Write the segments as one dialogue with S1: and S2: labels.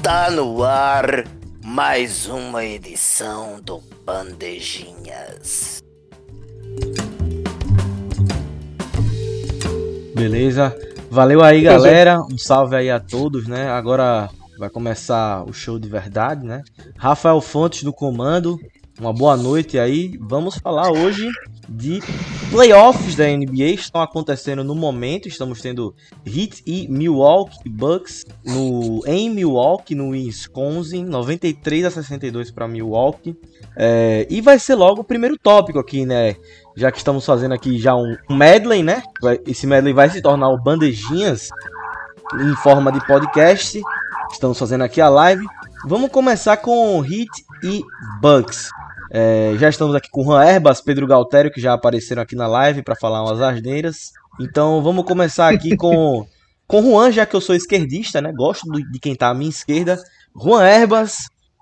S1: Está no ar mais uma edição do Bandejinhas.
S2: Beleza, valeu aí galera, um salve aí a todos, né? Agora vai começar o show de verdade, né? Rafael Fontes no comando, uma boa noite aí. Vamos falar hoje de playoffs da NBA, estão acontecendo no momento. Estamos tendo Heat e Milwaukee Bucks em Milwaukee, no Wisconsin, 93-62 para Milwaukee. E vai ser logo o primeiro tópico aqui, né? Já que estamos fazendo aqui já um medley, né? Esse medley vai se tornar o Bandejinhas em forma de podcast. Estamos fazendo aqui a live. Vamos começar com Heat e Bucks. Já estamos aqui com Juan Herbas, Pedro Galtério, que já apareceram aqui na live para falar umas asneiras. Então vamos começar aqui com Juan, já que eu sou esquerdista, né? Gosto de quem tá à minha esquerda. Juan Herbas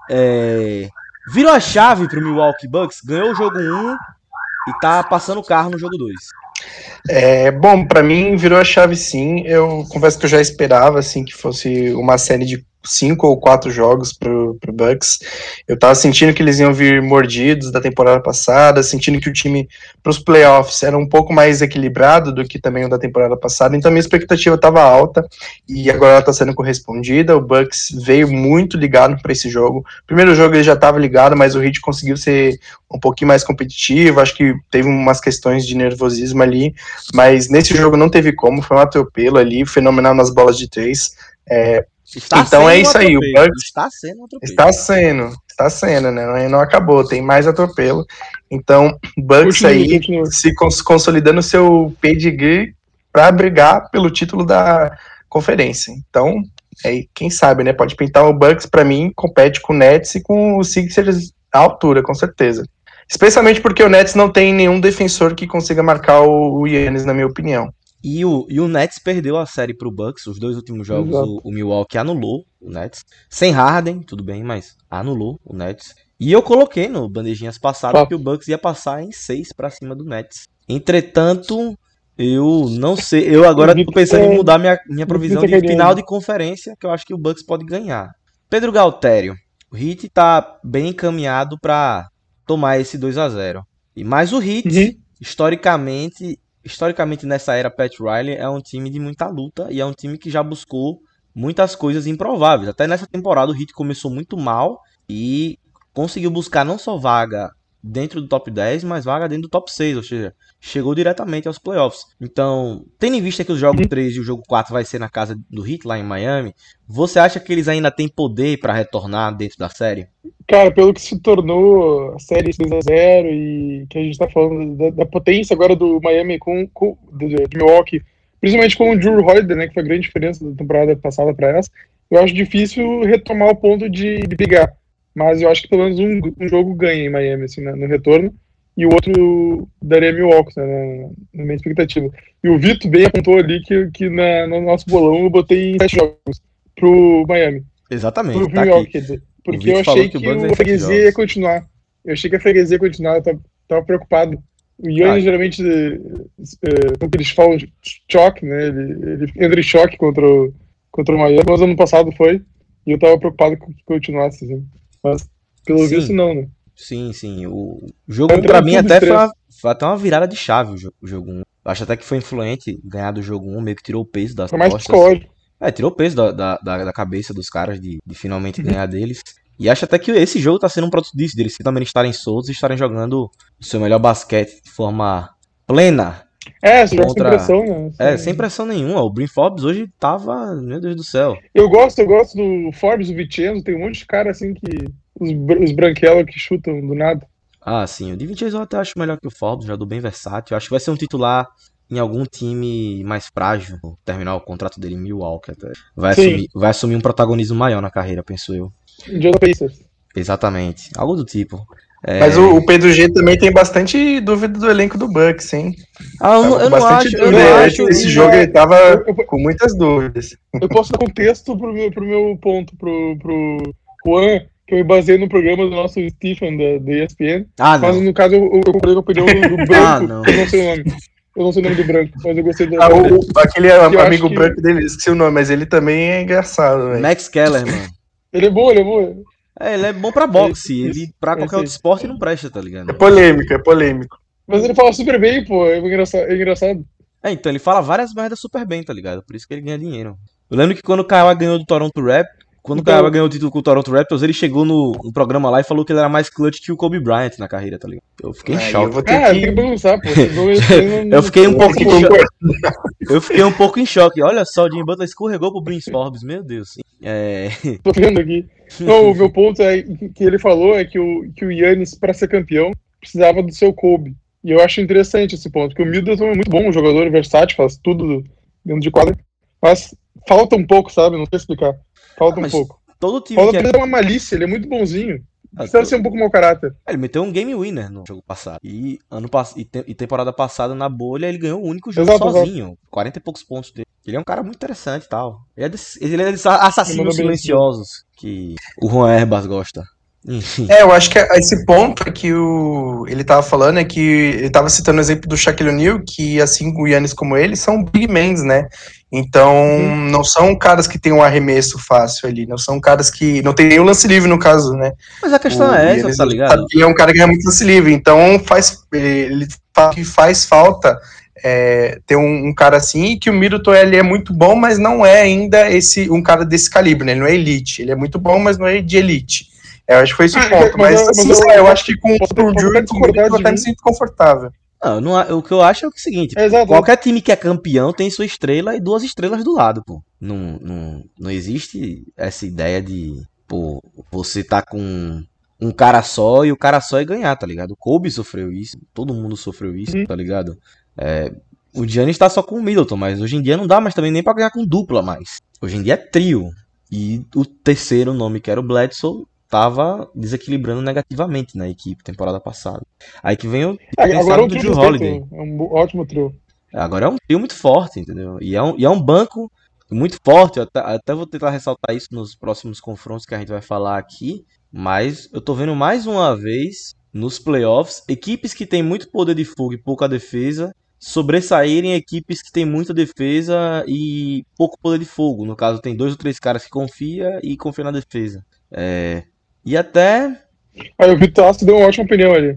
S2: virou a chave pro Milwaukee Bucks, ganhou o jogo 1 e tá passando o carro no jogo 2.
S3: Bom, pra mim virou a chave sim. Eu confesso que eu já esperava assim que fosse uma série de 5 ou 4 jogos pro Bucks. Eu tava sentindo que eles iam vir mordidos da temporada passada, sentindo que o time pros playoffs era um pouco mais equilibrado do que também o da temporada passada, então minha expectativa estava alta e agora ela tá sendo correspondida. O Bucks veio muito ligado para esse jogo. Primeiro jogo ele já estava ligado, mas o Heat conseguiu ser um pouquinho mais competitivo, acho que teve umas questões de nervosismo ali, mas nesse jogo não teve como, foi um atropelo ali, fenomenal nas bolas de 3. Então é isso aí, o Bucks está sendo, né? Não acabou, tem mais atropelo. Então, o Bucks aí se consolidando seu pedigree para brigar pelo título da conferência. Então, quem sabe, né? Pode pintar o Bucks, para mim, compete com o Nets e com o Sixers à altura, com certeza. Especialmente porque o Nets não tem nenhum defensor que consiga marcar o Giannis, na minha opinião.
S2: E o Nets perdeu a série pro Bucks, os dois últimos jogos o Milwaukee anulou o Nets. Sem Harden, tudo bem, mas anulou o Nets. E eu coloquei no Bandejinhas passado que o Bucks ia passar em 6 pra cima do Nets. Entretanto, eu não sei, eu agora tô pensando em mudar minha provisão de final de conferência, que eu acho que o Bucks pode ganhar. Pedro Galtério, o Heat tá bem encaminhado pra tomar esse 2-0. Mas o Heat, historicamente nessa era Pat Riley, é um time de muita luta e é um time que já buscou muitas coisas improváveis. Até nessa temporada o Heat começou muito mal e conseguiu buscar não só vaga dentro do top 10, mas vaga dentro do top 6, ou seja, chegou diretamente aos playoffs. Então, tendo em vista que o jogo 3 e o jogo 4 vai ser na casa do Heat lá em Miami, você acha que eles ainda têm poder para retornar dentro da série?
S4: Cara, pelo que se tornou a série 2-0 e que a gente tá falando da potência agora do Miami de Milwaukee, principalmente com o Jrue Holiday, né, que foi a grande diferença da temporada passada para essa, eu acho difícil retomar o ponto de brigar. Mas eu acho que pelo menos um jogo ganha em Miami, assim, no retorno, e o outro daria Milwaukee, né, na minha expectativa. E o Vitor bem apontou ali que no nosso bolão eu botei em 7 jogos pro Miami.
S2: Exatamente,
S4: pro Milwaukee, quer dizer. Porque eu achei que a freguesia ia continuar. Eu achei que a freguesia ia continuar, eu tava preocupado. O Giannis geralmente, como eles falam, choque, né? Ele entra em choque contra o Miami, mas ano passado foi, e eu tava preocupado que continuasse, assim. Mas, pelo visto, não, né?
S2: Sim. O jogo 1 pra mim até foi até uma virada de chave, o jogo 1. Acho até que foi influente ganhar do jogo 1, meio que tirou o peso das costas.
S4: Foi mais psicológico.
S2: Tirou o peso da cabeça dos caras de finalmente ganhar deles. E acho até que esse jogo tá sendo um produto disso, deles finalmente estarem soltos e estarem jogando o seu melhor basquete de forma plena.
S4: Sem pressão, né?
S2: Sem pressão nenhuma. O Bryn Forbes hoje tava, meu Deus do céu.
S4: Eu gosto do Forbes, do Vincenzo, tem um monte de cara assim que os branquelos que chutam do nada.
S2: Sim, o Vincenzo eu até acho melhor que o Forbes, jogador bem versátil. Acho que vai ser um titular em algum time mais frágil, terminar o contrato dele em Milwaukee até. Vai assumir um protagonismo maior na carreira, penso eu.
S4: Indiana Pacers.
S2: Exatamente, algo do tipo.
S3: Mas o Pedro G também tem bastante dúvida do elenco do Bucks, hein?
S2: Eu não acho.
S3: Esse jogo ele tava com muitas dúvidas.
S4: Eu posso dar contexto pro meu ponto, pro Juan, que eu me baseei no programa do nosso Stephen da ESPN. Mas no caso eu comprei a opinião do branco, eu não sei o nome. Eu não sei o nome do branco, mas eu gostei do
S3: aquele amigo branco dele, esqueci o nome, mas ele também é engraçado, velho.
S2: Max Keller, mano.
S4: Ele é bom, ele é bom.
S2: Ele é bom pra boxe,
S4: Isso,
S2: ele pra
S4: é
S2: qualquer
S4: isso
S2: outro
S4: aí.
S2: esporte não presta, tá ligado?
S3: É polêmico, é polêmico.
S4: Mas ele fala super bem, pô. É engraçado. É engraçado.
S2: Então ele fala várias merdas super bem, tá ligado? Por isso que ele ganha dinheiro. Eu lembro que quando o Kawhi ganhou do Toronto Raptors, quando o Kawhi
S4: Então,
S2: ganhou o título com o Toronto Raptors, ele chegou no programa lá e falou que ele era mais clutch que o Kobe Bryant na carreira, tá ligado? Eu fiquei em
S3: Aí eu
S2: choque.
S3: vou ter
S4: tem que bagunçar, pô. Isso aí
S2: Eu fiquei um
S3: vou ter
S2: pouco
S3: que
S2: em choque.
S3: concordar.
S2: Eu fiquei um pouco em choque. Olha só, o Jimmy Butler escorregou pro Prince Forbes, meu Deus.
S4: Tô vendo aqui. Não, o meu ponto é que ele falou é que o Yannis, para ser campeão, precisava do seu Kobe. E eu acho interessante esse ponto, porque o Middleton é muito bom, um jogador versátil, faz tudo dentro de quadra. Mas falta um pouco, sabe? Não sei explicar. Falta um
S2: Mas
S4: pouco.
S2: todo time
S4: Falta
S2: que é.
S4: apenas uma malícia, ele é muito bonzinho.
S2: Ah,
S4: Precisa ser um pouco mau caráter.
S2: Ele meteu um game winner no jogo passado. E temporada passada na bolha ele ganhou o único jogo
S4: Exato, exato.
S2: sozinho. 40 e poucos pontos dele. Ele é um cara muito interessante e tal. Ele é desses assassinos
S4: Ele manda bem,
S2: silenciosos que o Juan Herbas gosta. Enfim.
S3: Eu acho que esse ponto é que ele tava falando é que ele tava citando o exemplo do Shaquille O'Neal, que assim o Giannis como ele são big men, né? Então não são caras que têm um arremesso fácil ali, não são caras que não tem nenhum lance livre no caso, né?
S2: Mas a questão
S3: O
S2: é essa,
S3: Giannis
S2: tá ligado?
S3: sabe que ele é um cara que ganha muito lance livre, então ele fala que faz falta ter um cara assim, e que o Middleton ele é muito bom, mas não é ainda um cara desse calibre, né? Ele não é elite, ele é muito bom, mas não é de elite. Eu acho que foi esse o ponto. Mas assim, eu acho que com o Drew e com o eu até me sinto confortável.
S2: O que eu acho é o seguinte:
S4: Exato.
S2: qualquer time que é campeão tem sua estrela e duas estrelas do lado, pô. Não existe essa ideia de, pô, você tá com um cara só e o cara só é ganhar, tá ligado? O Kobe sofreu isso, todo mundo sofreu isso, tá ligado? O Giannis tá só com o Middleton, mas hoje em dia não dá mais também nem pra ganhar com dupla mais. Hoje em dia é trio. E o terceiro nome, que era o Bledsoe, tava desequilibrando negativamente na equipe temporada passada. Aí que vem o
S4: agora é um
S2: do
S4: trio
S2: Drew
S4: perfeito,
S2: Holiday.
S4: é um ótimo trio.
S2: Agora é um trio muito forte, entendeu? E é um banco muito forte. Eu até vou tentar ressaltar isso nos próximos confrontos que a gente vai falar aqui. Mas eu tô vendo mais uma vez nos playoffs equipes que têm muito poder de fogo e pouca defesa sobressaírem equipes que têm muita defesa e pouco poder de fogo. No caso, tem 2 ou 3 caras que confia na defesa. E até.
S4: Aí o Vitor Astro deu uma ótima opinião ali.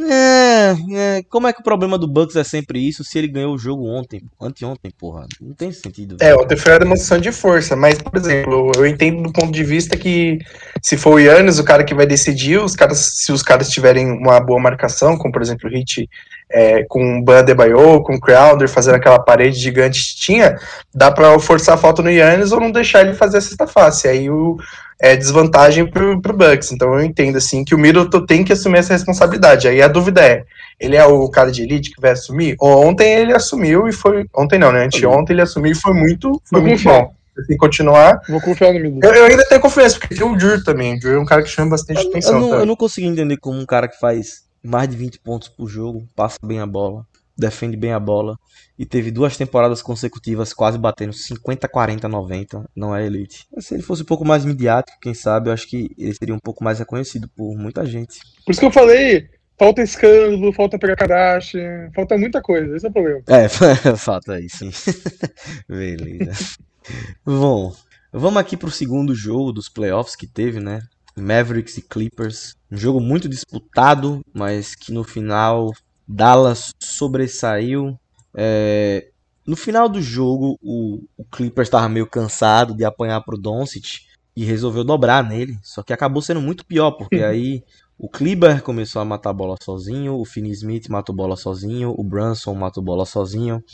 S2: Como é que o problema do Bucks é sempre isso se ele ganhou o jogo anteontem, porra? Não tem sentido.
S3: Ontem foi uma demonstração de força, mas, por exemplo, eu entendo do ponto de vista que se for o Giannis, o cara que vai decidir, se os caras tiverem uma boa marcação, como por exemplo o Hit com o Bam Adebayo, com o Crowder, fazendo aquela parede gigante que tinha, dá pra forçar a falta no Giannis ou não deixar ele fazer a cesta fácil. Aí desvantagem pro Bucks. Então eu entendo assim que o Middleton tem que assumir essa responsabilidade. Aí a dúvida ele é o cara de elite que vai assumir? Ontem ele assumiu e foi. Ontem não, né? Anteontem ele assumiu e foi muito bom. Tem que continuar.
S4: Vou confiar no Middleton.
S3: Eu ainda tenho confiança, porque tem o Drew também. O Drew é um cara que chama bastante atenção.
S2: Eu não consegui entender como um cara que faz mais de 20 pontos por jogo, passa bem a bola, defende bem a bola e teve 2 temporadas consecutivas quase batendo 50, 40, 90, não é elite. Mas se ele fosse um pouco mais midiático, quem sabe, eu acho que ele seria um pouco mais reconhecido por muita gente.
S4: Por isso que eu falei, falta escândalo, falta pegar Kardashian, falta muita coisa, esse é o problema.
S2: Falta isso. Beleza. Bom, vamos aqui pro segundo jogo dos playoffs que teve, né? Mavericks e Clippers. Um jogo muito disputado, mas que no final Dallas sobressaiu. No final do jogo, o Clippers estava meio cansado de apanhar pro Doncic e resolveu dobrar nele. Só que acabou sendo muito pior, porque aí o Kleber começou a matar a bola sozinho, o Finney-Smith matou bola sozinho, o Brunson matou bola sozinho.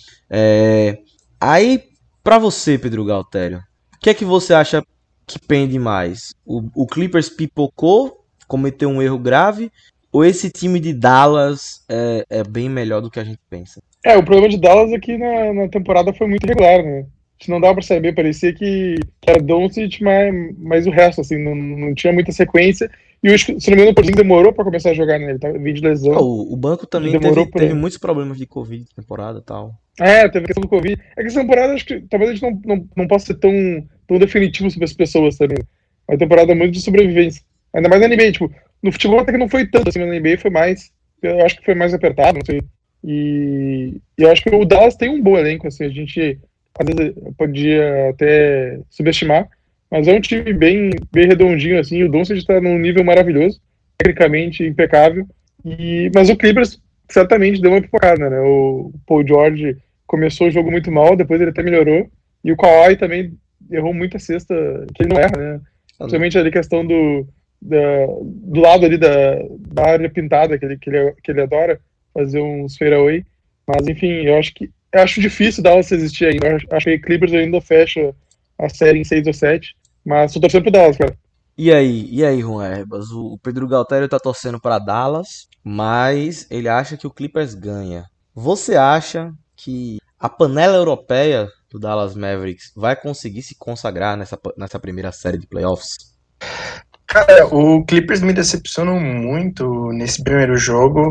S2: Aí, pra você, Pedro Galtério, o que é que você acha que pende mais? O Clippers pipocou, cometeu um erro grave, ou esse time de Dallas é bem melhor do que a gente pensa?
S4: O problema de Dallas é que na temporada foi muito irregular, né? A gente não dava pra saber, parecia que era Doncic, mas o resto, assim, não tinha muita sequência. E se não me engano, o Porzingis demorou pra começar a jogar, né? Ele tava vindo de lesão.
S2: O banco também teve muitos problemas de Covid na temporada e tal.
S4: Teve a questão do Covid. É que essa temporada, acho que talvez a gente não possa ser tão definitivo sobre as pessoas também. É uma temporada muito de sobrevivência. Ainda mais na NBA, tipo, no futebol até que não foi tanto assim, na NBA foi mais, eu acho que foi mais apertado, não sei. E eu acho que o Dallas tem um bom elenco, assim, a gente às vezes podia até subestimar, Mas é um time bem redondinho, assim. O Doncic está num nível maravilhoso, tecnicamente impecável. Mas o Clippers certamente deu uma pipocada, né? O Paul George começou o jogo muito mal, depois ele até melhorou. E o Kawhi também errou muita cesta, que ele não erra, né? Principalmente ali a questão do lado ali da área pintada, que ele adora fazer uns fadeaway. Mas, enfim, eu acho difícil Dallas existir ainda. Eu acho que Clippers ainda fecha a série em 6 ou 7. Mas tô torcendo pro Dallas, cara.
S2: E aí, Juan Herbas? O Pedro Galtério tá torcendo para Dallas, mas ele acha que o Clippers ganha. Você acha que a panela europeia do Dallas Mavericks vai conseguir se consagrar nessa primeira série de playoffs?
S3: Cara, o Clippers me decepcionou muito nesse primeiro jogo.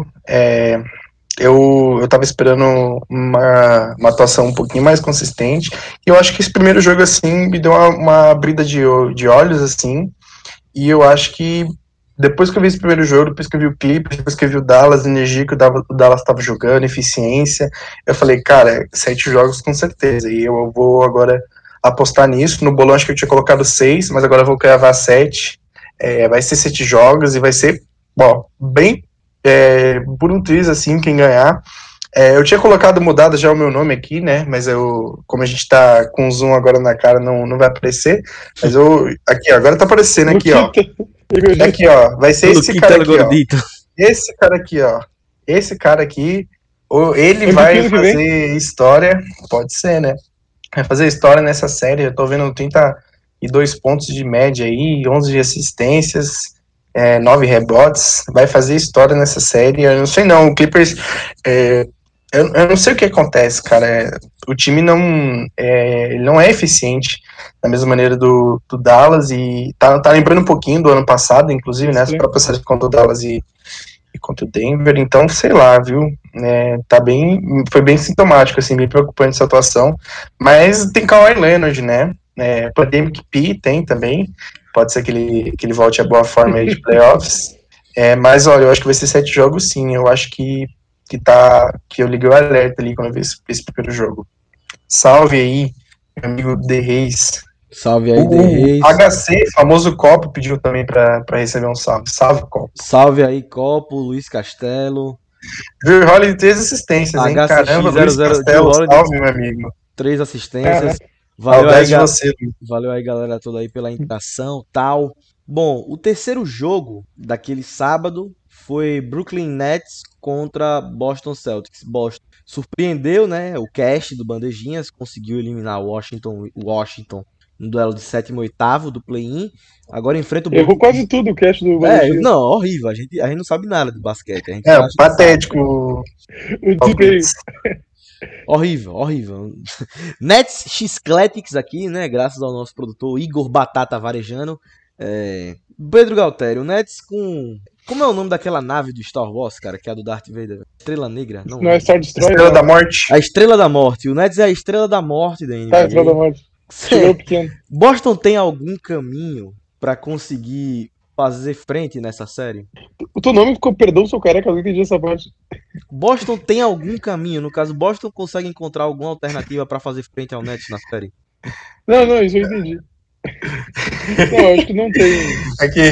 S3: Eu tava esperando uma atuação um pouquinho mais consistente. E eu acho que esse primeiro jogo, assim, me deu uma abrida de olhos, assim. E eu acho que depois que eu vi esse primeiro jogo, depois que eu vi o Clippers, depois que eu vi o Dallas, a energia que o Dallas estava jogando, eficiência, eu falei, cara, 7 jogos com certeza. E eu vou agora apostar nisso. No bolão acho que eu tinha colocado 6, mas agora eu vou cravar 7. Vai ser 7 jogos e vai ser, bom, bem por um triz, assim, quem ganhar. Eu tinha colocado mudado já o meu nome aqui, né? Mas como a gente tá com o zoom agora na cara, não vai aparecer. Mas aqui, ó, agora tá aparecendo aqui, ó. Aqui, ó. Vai ser esse cara aqui, ó. Esse cara aqui, ó. Esse cara aqui, ele vai fazer história. Pode ser, né? Vai fazer história nessa série. Eu tô vendo 32 pontos de média aí, 11 de assistências. 9 rebotes, vai fazer história nessa série. Eu não sei não, o Clippers, eu não sei o que acontece, cara. O time ele não é eficiente da mesma maneira do Dallas, e tá lembrando um pouquinho do ano passado, inclusive, né, as próprias séries contra o Dallas e contra o Denver. Então, sei lá, viu, foi bem sintomático, assim, bem preocupante essa atuação, mas tem Kawhi Leonard, né, Pandemic P tem também. Pode ser que ele volte a boa forma aí de playoffs. Mas, olha, eu acho que vai ser 7 jogos, sim. Eu acho que eu liguei o alerta ali quando eu vi esse primeiro jogo. Salve aí, meu amigo The Reis.
S2: Salve aí, The Reis.
S3: HC, famoso Copo, pediu também pra receber um salve. Salve, Copo.
S2: Salve aí, Copo, Luiz Castelo.
S3: Drew Holiday, 3 assistências, hein? Caramba, Luiz Castelo, salve, meu amigo.
S2: 3 assistências. Valeu aí, galera toda aí pela interação, tal. Bom, o terceiro jogo daquele sábado foi Brooklyn Nets contra Boston Celtics. Boston surpreendeu, né? O cast do Bandejinhas conseguiu eliminar o Washington no duelo de 7º e 8º do play-in. Agora enfrenta o
S4: Errou quase tudo o cast do Bandejinhas.
S2: Não, horrível. A gente não sabe nada de basquete. A gente
S3: patético.
S4: O desempenho.
S2: Horrível. Nets Xcletics aqui, né? Graças ao nosso produtor Igor Batata Varejano. Pedro Galtério, o Nets com... Como é o nome daquela nave do Star Wars, cara? Que é a do Darth Vader? Estrela Negra?
S4: Não é Star Destroyer?
S3: Estrela da Morte.
S2: A Estrela da Morte. O Nets é a Estrela da Morte da NBA.
S4: A Estrela da Morte. Pequeno.
S2: Boston tem algum caminho pra conseguir fazer frente nessa série?
S4: O teu nome ficou, perdão, sou careca, eu não entendi essa parte.
S2: Boston tem algum caminho? No caso, Boston consegue encontrar alguma alternativa pra fazer frente ao Nets na série?
S4: Não, isso eu entendi. Não, acho que não tem.
S3: Aqui.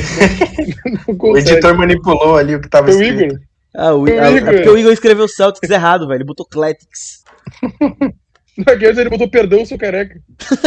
S3: O editor manipulou ali o que tava escrito.
S4: Igor?
S2: É porque o Igor escreveu Celtics errado, velho. Ele botou Cletics.
S4: Aqui ele botou perdão, sou careca.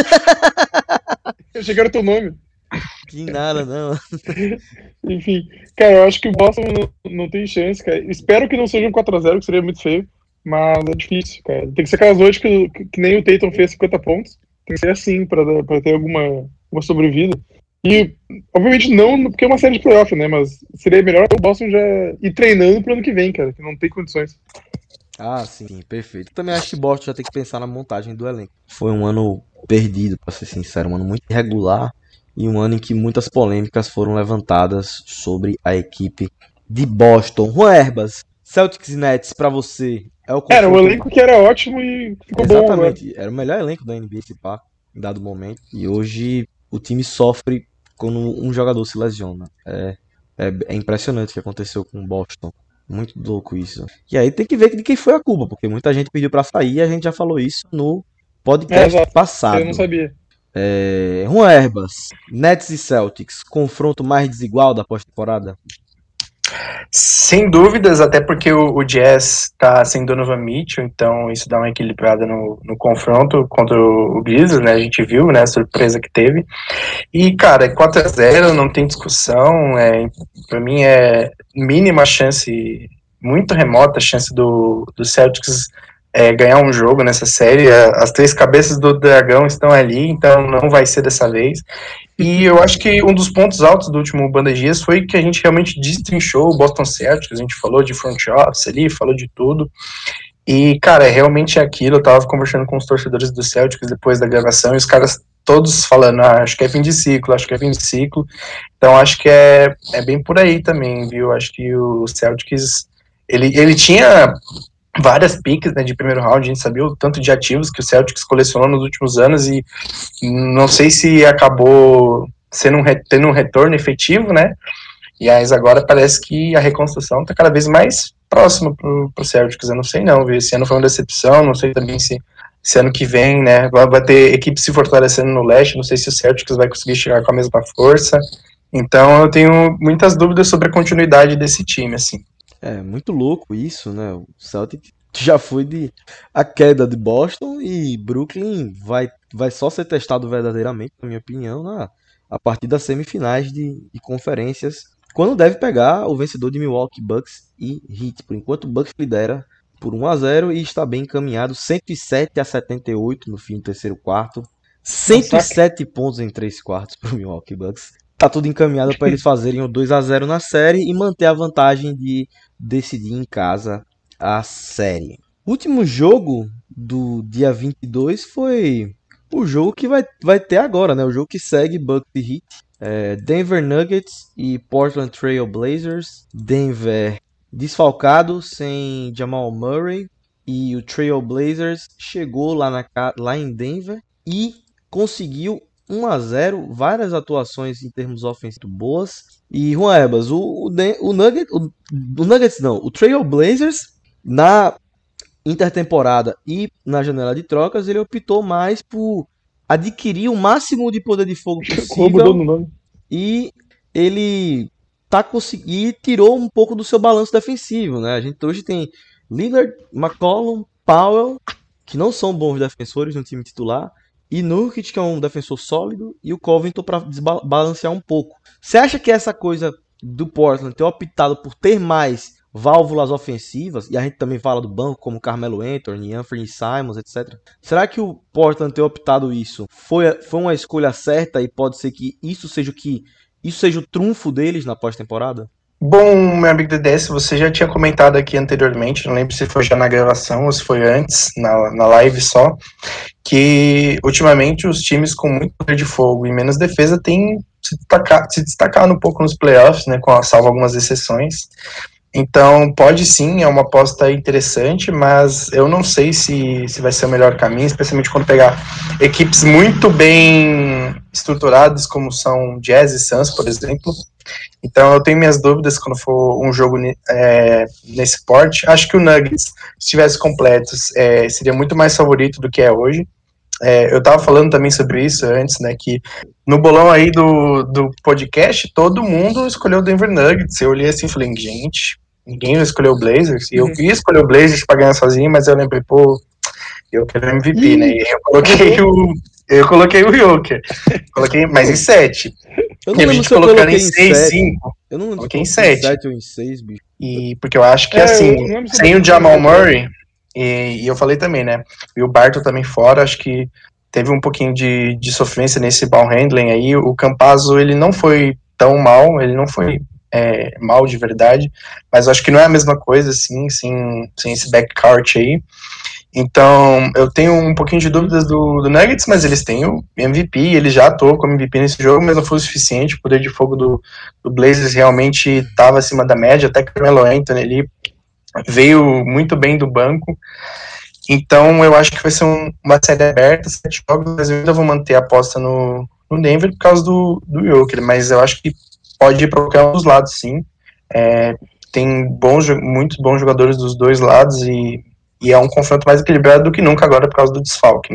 S4: Eu achei que era teu nome.
S2: Que nada, não.
S4: Enfim, cara, eu acho que o Boston não tem chance, cara. Espero que não seja um 4-0, que seria muito feio. Mas é difícil, cara. Tem que ser aquelas noites que nem o Tatum fez 50 pontos. Tem que ser assim pra ter alguma sobrevida. E, obviamente, não, porque é uma série de playoff, né? Mas seria melhor o Boston já ir treinando pro ano que vem, cara, que não tem condições.
S2: Ah, sim, perfeito. Também acho que o Boston já tem que pensar na montagem do elenco. Foi um ano perdido, pra ser sincero, um ano muito irregular e um ano em que muitas polêmicas foram levantadas sobre a equipe de Boston. Juan Herbas, Celtics e Nets, pra você, é o confronto...
S4: Era um elenco que era ótimo e ficou bom.
S2: Exatamente, era o melhor elenco da NBA, esse pá, em dado momento. E hoje o time sofre quando um jogador se lesiona. É impressionante o que aconteceu com o Boston. Muito louco isso. E aí tem que ver de quem foi a culpa, porque muita gente pediu pra sair e a gente já falou isso no podcast passado.
S4: Eu não sabia.
S2: Juan Herbas, Nets e Celtics, confronto mais desigual da pós-temporada?
S3: Sem dúvidas, até porque o Jazz tá sem Donovan Mitchell, então isso dá uma equilibrada no confronto contra o Grizzlies, né? A gente viu, né? A surpresa que teve. E, cara, é 4-0, não tem discussão. Para mim é mínima chance, muito remota a chance do Celtics ganhar um jogo nessa série. As três cabeças do dragão estão ali, então não vai ser dessa vez. E eu acho que um dos pontos altos do último Banda Dias foi que a gente realmente destrinchou o Boston Celtics, a gente falou de front office ali, falou de tudo. E, cara, é realmente aquilo. Eu tava conversando com os torcedores do Celtics depois da gravação e os caras todos falando, acho que é fim de ciclo, acho que é fim de ciclo. Então acho que é bem por aí também, viu? Acho que o Celtics, ele tinha várias piques, né, de primeiro round, a gente sabia o tanto de ativos que o Celtics colecionou nos últimos anos e não sei se acabou tendo um retorno efetivo, né? E aí agora parece que a reconstrução está cada vez mais próxima pro Celtics. Eu não sei não, viu? Esse ano foi uma decepção, não sei também se ano que vem, né, vai ter equipe se fortalecendo no leste, não sei se o Celtics vai conseguir chegar com a mesma força. Então eu tenho muitas dúvidas sobre a continuidade desse time, assim.
S2: É muito louco isso, né? O Celtic já foi a queda de Boston e Brooklyn vai só ser testado verdadeiramente, na minha opinião, a partir das semifinais de conferências, quando deve pegar o vencedor de Milwaukee Bucks e Heat. Por enquanto o Bucks lidera por 1-0 e está bem encaminhado, 107-78 no fim do terceiro quarto. 107 pontos em 3 quartos para o Milwaukee Bucks. Tá tudo encaminhado para eles fazerem o 2-0 na série e manter a vantagem de decidir em casa a série. O último jogo do dia 22 foi o jogo que vai ter agora, né? O jogo que segue Bucks e Heat. Denver Nuggets e Portland Trail Blazers. Denver desfalcado, sem Jamal Murray. E o Trail Blazers chegou lá em Denver e conseguiu 1-0, várias atuações em termos ofensivos boas. E Juan Herbas, o Nuggets não, o Trail Blazers na intertemporada e na janela de trocas, ele optou mais por adquirir o máximo de poder de fogo possível e ele e tirou um pouco do seu balanço defensivo, né? A gente hoje tem Lillard, McCollum, Powell, que não são bons defensores no time titular, e Nurkic, que é um defensor sólido, e o Covington para desbalancear um pouco. Você acha que essa coisa do Portland ter optado por ter mais válvulas ofensivas, e a gente também fala do banco como Carmelo Anthony, Anthony Simons, etc. Será que o Portland ter optado isso foi uma escolha certa e pode ser que isso seja o trunfo deles na pós-temporada?
S3: Bom, meu amigo DDS, você já tinha comentado aqui anteriormente, não lembro se foi já na gravação ou se foi antes, na live só, que ultimamente os times com muito poder de fogo e menos defesa têm se destacado um pouco nos playoffs, né, salvo algumas exceções. Então, pode sim, é uma aposta interessante, mas eu não sei se vai ser o melhor caminho, especialmente quando pegar equipes muito bem estruturadas, como são Jazz e Suns, por exemplo. Então, eu tenho minhas dúvidas quando for um jogo nesse porte. Acho que o Nuggets, se estivesse completo, seria muito mais favorito do que é hoje. Eu tava falando também sobre isso antes, né, que no bolão aí do podcast, todo mundo escolheu o Denver Nuggets. Eu olhei assim e falei, gente, ninguém escolheu o Blazers. E eu ia escolher o Blazers pra ganhar sozinho, mas eu lembrei, eu quero MVP, né, e eu coloquei o Joker. Coloquei mais em 7.
S2: Eu não lembro se eu coloquei em 6, 5. Eu não lembro
S3: se eu coloquei em 7
S2: ou em 6, bicho.
S3: E porque eu acho que assim, sem o Jamal Murray, e eu falei também, né? E o Barton também fora, acho que teve um pouquinho de sofrência nesse ball handling aí. O Campazzo, ele não foi tão mal, ele não foi mal de verdade, mas acho que não é a mesma coisa, assim, sem esse backcourt aí. Então, eu tenho um pouquinho de dúvidas do Nuggets, mas eles têm o MVP, ele já atuou como MVP nesse jogo, mas não foi o suficiente. O poder de fogo do Blazers realmente estava acima da média, até que o Carmelo Anthony ali veio muito bem do banco. Então, eu acho que vai ser uma série aberta, 7 jogos, mas eu ainda vou manter a aposta no Denver por causa do Jokic, mas eu acho que pode ir para qualquer um dos lados, sim. Tem muitos bons jogadores dos dois lados e é um confronto mais equilibrado do que nunca agora por causa do desfalque, né?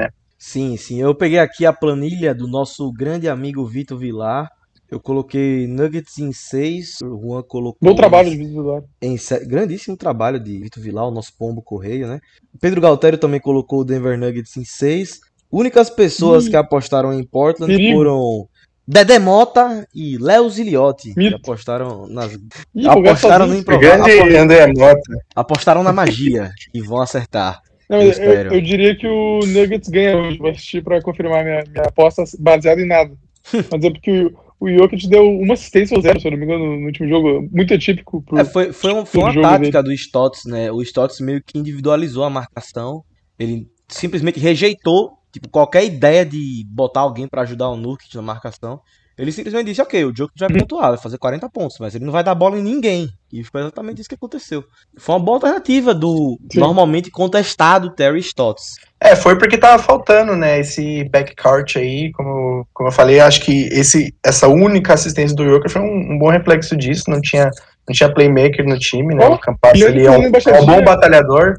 S2: Sim, sim. Eu peguei aqui a planilha do nosso grande amigo Vitor Vilar. Eu coloquei Nuggets em 6. O Juan
S4: Bom
S2: colocou
S4: trabalho de visitar.
S2: grandíssimo trabalho de Vitor Vilar, o nosso pombo correio, né? O Pedro Galtério também colocou o Denver Nuggets em 6. Únicas pessoas que
S4: Ih,
S2: apostaram em Portland
S4: perigo.
S2: foram Dedé Mota e Léo Ziliotti, que
S4: Mito.
S2: apostaram nas
S4: Ih, vou ganhar
S2: apostaram no
S4: sozinho.
S2: improvável,
S3: Grande André Mota.
S2: apostaram na magia e vão acertar.
S4: Não,
S2: Eu
S4: mas
S2: espero.
S4: eu diria que o Nuggets ganha hoje. Vou assistir pra confirmar minha aposta baseada em nada. Mas é porque o Jokic deu uma assistência ou zero, se eu não me engano, no último jogo. Muito atípico pro
S2: Foi
S4: estilo de
S2: uma
S4: jogo dele.
S2: tática do Stotts, né? O Stotts meio que individualizou a marcação. Ele simplesmente rejeitou tipo, qualquer ideia de botar alguém pra ajudar o Nurkic na marcação. Ele simplesmente disse, ok, o Jokic vai pontuar, vai fazer 40 pontos, mas ele não vai dar bola em ninguém. E foi exatamente isso que aconteceu. Foi uma boa alternativa do
S4: Sim.
S2: normalmente contestado Terry Stotts.
S3: Foi porque tava faltando, né, esse backcourt aí, como eu falei, acho que essa única assistência do Joker foi um bom reflexo disso, não tinha playmaker no time, né,
S4: Ó,
S3: o Campazzo ali é um bom batalhador,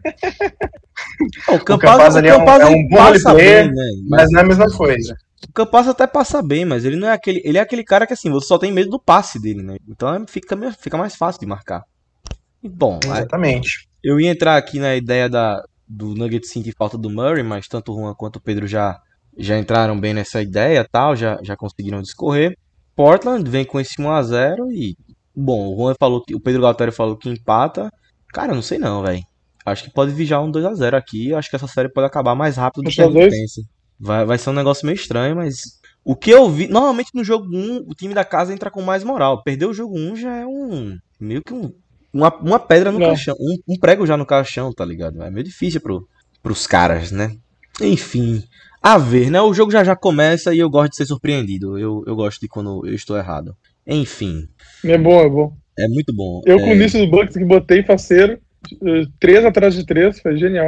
S2: O
S3: o Campazzo ali é um bom roleplayer,
S2: né?
S3: mas não é a mesma coisa.
S2: O Campazzo até passa bem, mas ele não é aquele. Ele é aquele cara que assim, você só tem medo do passe dele, né? Então fica mais fácil de marcar. E, bom,
S3: Exatamente.
S2: eu ia entrar aqui na ideia do Nuggets sentir falta do Murray, mas tanto o Juan quanto o Pedro já entraram bem nessa ideia tal, já conseguiram discorrer. Portland vem com esse 1x0 e. Bom, o Juan falou que. O Pedro Galtério falou que empata. Cara, eu não sei não, velho. Acho que pode vijar um 2x0 aqui. Acho que essa série pode acabar mais rápido do que a gente pensa. Vai ser um negócio meio estranho, mas o que eu vi, normalmente no jogo 1, o time da casa entra com mais moral. Perder o jogo 1 já é meio que uma pedra no caixão, um prego já no caixão, tá ligado? É meio difícil pros caras, né? Enfim, a ver, né? O jogo já começa e eu gosto de ser surpreendido. Eu gosto de quando eu estou errado. Enfim.
S4: É bom.
S2: É muito bom.
S4: Eu com o início do Bucks que botei faceiro, 3 atrás de 3, foi genial.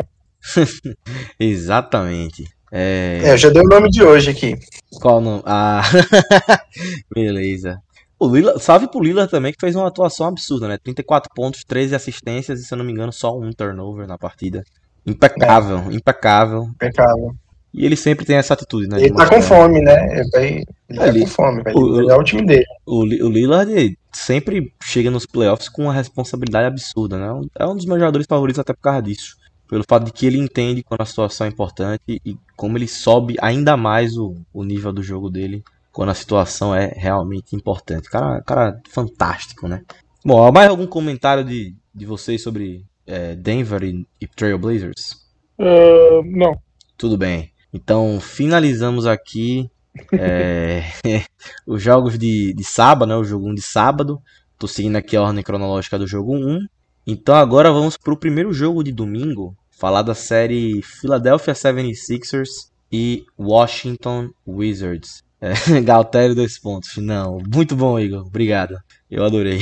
S2: Exatamente.
S3: Eu já dei o nome de hoje aqui.
S2: Qual o nome? Ah, beleza. O Lillard, salve pro Lillard também, que fez uma atuação absurda, né? 34 pontos, 13 assistências e, se eu não me engano, só um turnover na partida. Impecável. E ele sempre tem essa atitude, né?
S3: Ele tá com fome, né? Ele tá com fome, vai pegar o time dele.
S2: O Lillard sempre chega nos playoffs com uma responsabilidade absurda, né? É um dos meus jogadores favoritos até por causa disso. Pelo fato de que ele entende quando a situação é importante e como ele sobe ainda mais o nível do jogo dele quando a situação é realmente importante. Cara fantástico, né? Bom, mais algum comentário de vocês sobre Denver e Trail Blazers?
S4: Não.
S2: Tudo bem. Então, finalizamos aqui os jogos de sábado, né? O jogo 1 de sábado. Tô seguindo aqui a ordem cronológica do jogo 1. Então agora vamos pro primeiro jogo de domingo. Falar da série Philadelphia 76ers e Washington Wizards. Galtério 2 pontos. Não, muito bom, Igor. Obrigado. Eu adorei.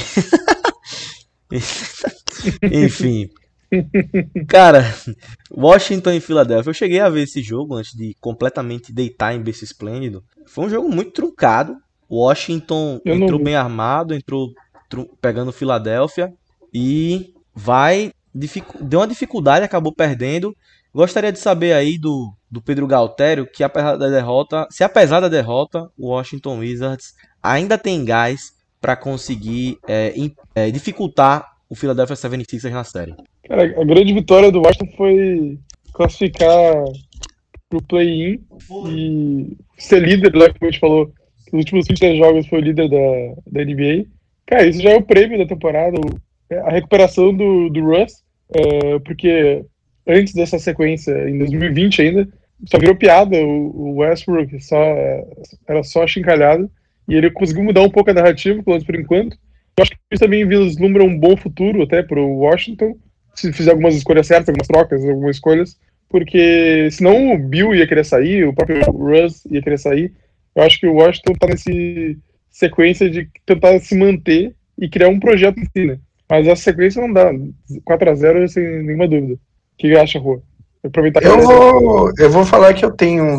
S2: Enfim. Cara, Washington e Philadelphia. Eu cheguei a ver esse jogo antes de completamente deitar em berço esplêndido. Foi um jogo muito truncado. Washington entrou bem armado, entrou pegando Philadelphia e deu uma dificuldade, acabou perdendo. Gostaria de saber aí do Pedro Galtério que apesar da derrota, o Washington Wizards ainda tem gás para conseguir dificultar o Philadelphia 76ers na série.
S4: Cara, a grande vitória do Washington foi classificar pro play-in e ser líder, né, como a gente falou, nos últimos 23 jogos foi o líder da NBA. Cara, isso já é o prêmio da temporada, a recuperação do Russ, porque antes dessa sequência, em 2020 ainda, só virou piada, o Westbrook era só achincalhado, e ele conseguiu mudar um pouco a narrativa, pelo menos por enquanto. Eu acho que isso também vislumbra um bom futuro até para o Washington, se fizer algumas escolhas certas, algumas trocas, algumas escolhas, porque senão o Bill ia querer sair, o próprio Russ ia querer sair. Eu acho que o Washington está nessa sequência de tentar se manter e criar um projeto em si, né? Mas essa sequência não dá. 4x0 sem nenhuma dúvida. O que acha, Rô?
S3: Eu vou falar que eu tenho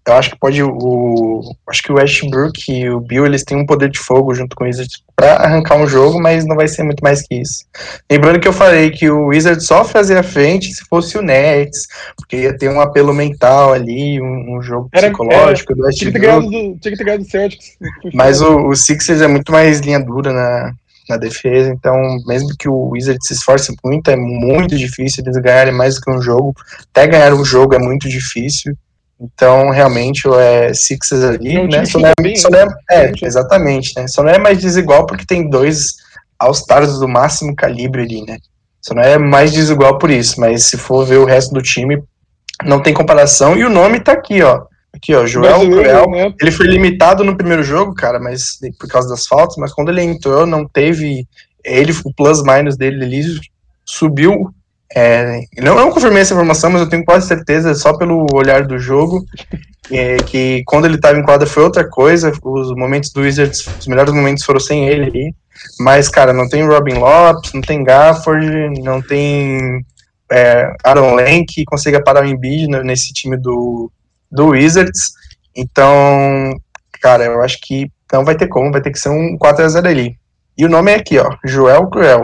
S3: Eu acho que acho que o Westbrook e o Bill, eles têm um poder de fogo junto com o Wizards pra arrancar um jogo, mas não vai ser muito mais que isso. Lembrando que eu falei que o Wizards só fazia frente se fosse o Nets, porque ia ter um apelo mental ali, um jogo psicológico do
S4: Tinha que
S3: Westbrook.
S4: ter ganhado do Celtics.
S3: Mas o Sixers é muito mais linha dura na defesa, então mesmo que o Wizards se esforce muito, é muito difícil eles ganharem mais do que um jogo. Até ganhar um jogo é muito difícil. Então, realmente, o Sixers ali,
S4: É um time
S3: né?
S4: que chuta bem,
S3: Exatamente, né? Só não é mais desigual porque tem dois All-Stars do máximo calibre ali, né? Só não é mais desigual por isso, mas se for ver o resto do time, não tem comparação. E o nome tá aqui, ó. Aqui, ó, Joel Cruel.
S4: Né?
S3: Ele foi limitado no primeiro jogo, cara, mas por causa das faltas, mas quando ele entrou, não teve. Ele, o plus-minus dele ali subiu. Não confirmei essa informação, mas eu tenho quase certeza, só pelo olhar do jogo, que quando ele estava em quadra foi outra coisa. Os momentos do Wizards, os melhores momentos foram sem ele ali. Mas, cara, não tem Robin Lopes, não tem Gafford, não tem Aaron Len que consiga parar o Embiid nesse time do Wizards. Então, cara, eu acho que não vai ter como, vai ter que ser um 4-0 ali. E o nome é aqui, ó, Joel Cruel.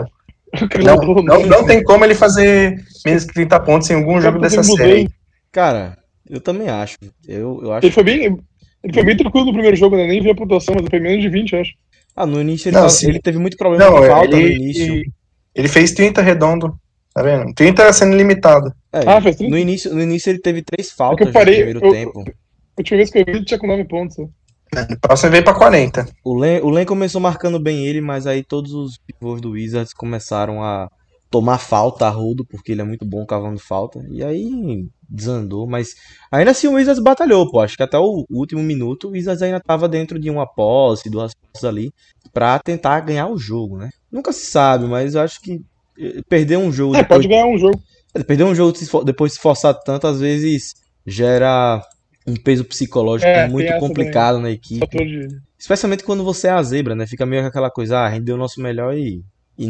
S3: Não tem como ele fazer menos que 30 pontos em algum jogo dessa série.
S2: Cara, eu também acho. Eu acho.
S4: Ele foi bem tranquilo no primeiro jogo, né? Nem vi a pontuação, mas foi menos de 20, eu acho.
S2: No início ele teve muito problema com falta no início.
S3: Ele fez 30 redondo, tá vendo? 30 sendo limitado.
S2: Fez 30? No início ele teve 3 faltas
S4: no
S2: primeiro tempo.
S4: A última vez que eu vi ele tinha com 9 pontos. Né?
S3: No próximo veio pra 40.
S2: O Len começou marcando bem ele, mas aí todos os pivôs do Wizards começaram a tomar falta a rodo, porque ele é muito bom cavando falta. E aí desandou, mas ainda assim o Wizards batalhou, pô. Acho que até o último minuto o Wizards ainda tava dentro de uma posse, 2 posses ali, pra tentar ganhar o jogo, né? Nunca se sabe, mas eu acho que perder um jogo...
S4: pode ganhar um jogo.
S2: Perder um jogo depois de se forçar tanto, às vezes gera um peso psicológico muito complicado também na equipe. Especialmente quando você é a zebra, né? Fica meio aquela coisa, a gente deu o nosso melhor e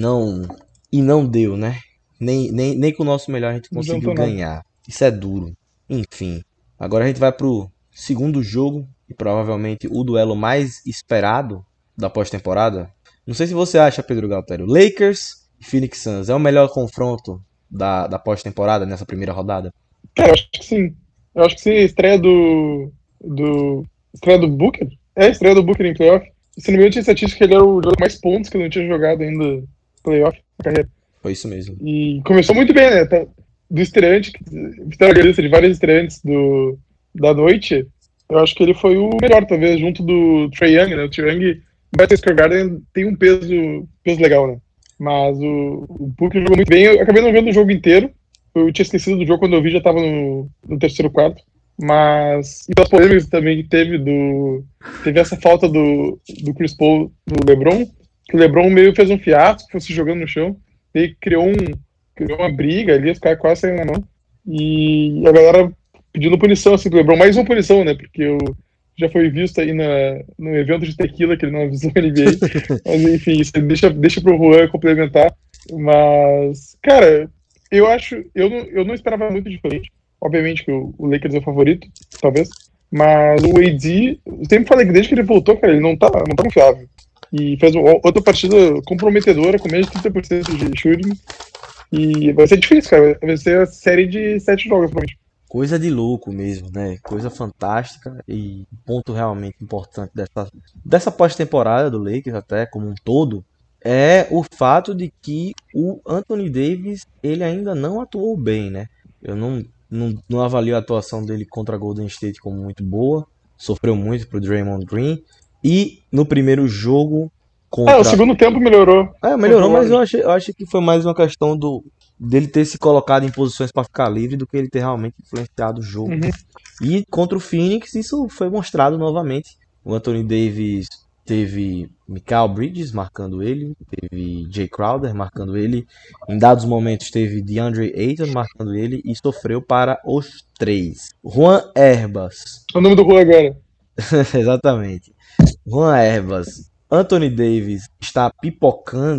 S2: não deu, né? Nem com o nosso melhor a gente conseguiu ganhar. Isso é duro. Enfim. Agora a gente vai pro segundo jogo, e provavelmente o duelo mais esperado da pós-temporada. Não sei se você acha, Pedro Galtério, Lakers e Phoenix Suns é o melhor confronto da pós-temporada nessa primeira rodada?
S4: Cara, eu acho que sim. Eu acho que sim, estreia do Booker. Estreia do Booker em playoff. Se não me engano, tinha estatística que ele era o jogador mais pontos que ele não tinha jogado ainda playoff na carreira.
S2: Foi isso mesmo.
S4: E começou muito bem, né? Do estreante, fizeram a lista de vários estreantes da noite. Eu acho que ele foi o melhor, talvez, junto do Trae Young, né? O Trae Young, no Madison Square Garden, tem um peso legal, né? Mas o Booker jogou muito bem. Eu acabei não vendo o jogo inteiro. Eu tinha esquecido do jogo quando eu vi, já tava no terceiro quarto. Mas. E das polêmicas também que teve essa falta do Chris Paul do LeBron, que o LeBron meio fez um fiasco, fosse jogando no chão, e criou uma briga ali, os caras quase saíram na mão. E a galera pedindo punição assim pro LeBron, mais uma punição, né? Porque já foi visto aí no evento de tequila que ele não avisou a NBA. Mas enfim, isso deixa pro Juan complementar. Mas, cara, eu não esperava muito diferente. Obviamente que o Lakers é o favorito, talvez. Mas o AD, eu sempre falei que desde que ele voltou, cara, ele não tá confiável. E fez outra partida comprometedora, com menos de 30% de shooting. E vai ser difícil, cara. Vai ser a série de 7 jogos, provavelmente.
S2: Coisa de louco mesmo, né? Coisa fantástica e ponto realmente importante dessa pós-temporada do Lakers, até como um todo, é o fato de que o Anthony Davis, ele ainda não atuou bem, né? Eu não avalio a atuação dele contra a Golden State como muito boa, sofreu muito pro Draymond Green, e no primeiro jogo contra...
S4: o segundo tempo melhorou.
S2: Melhorou, mas eu acho que foi mais uma questão dele ter se colocado em posições para ficar livre do que ele ter realmente influenciado o jogo.
S4: Uhum.
S2: E contra o Phoenix isso foi mostrado novamente. O Anthony Davis teve Mikal Bridges marcando ele, teve Jay Crowder marcando ele, em dados momentos teve DeAndre Ayton marcando ele e sofreu para os 3. Juan Herbas.
S4: O nome do Juan agora.
S2: Exatamente. Juan Herbas. Anthony Davis está pipocando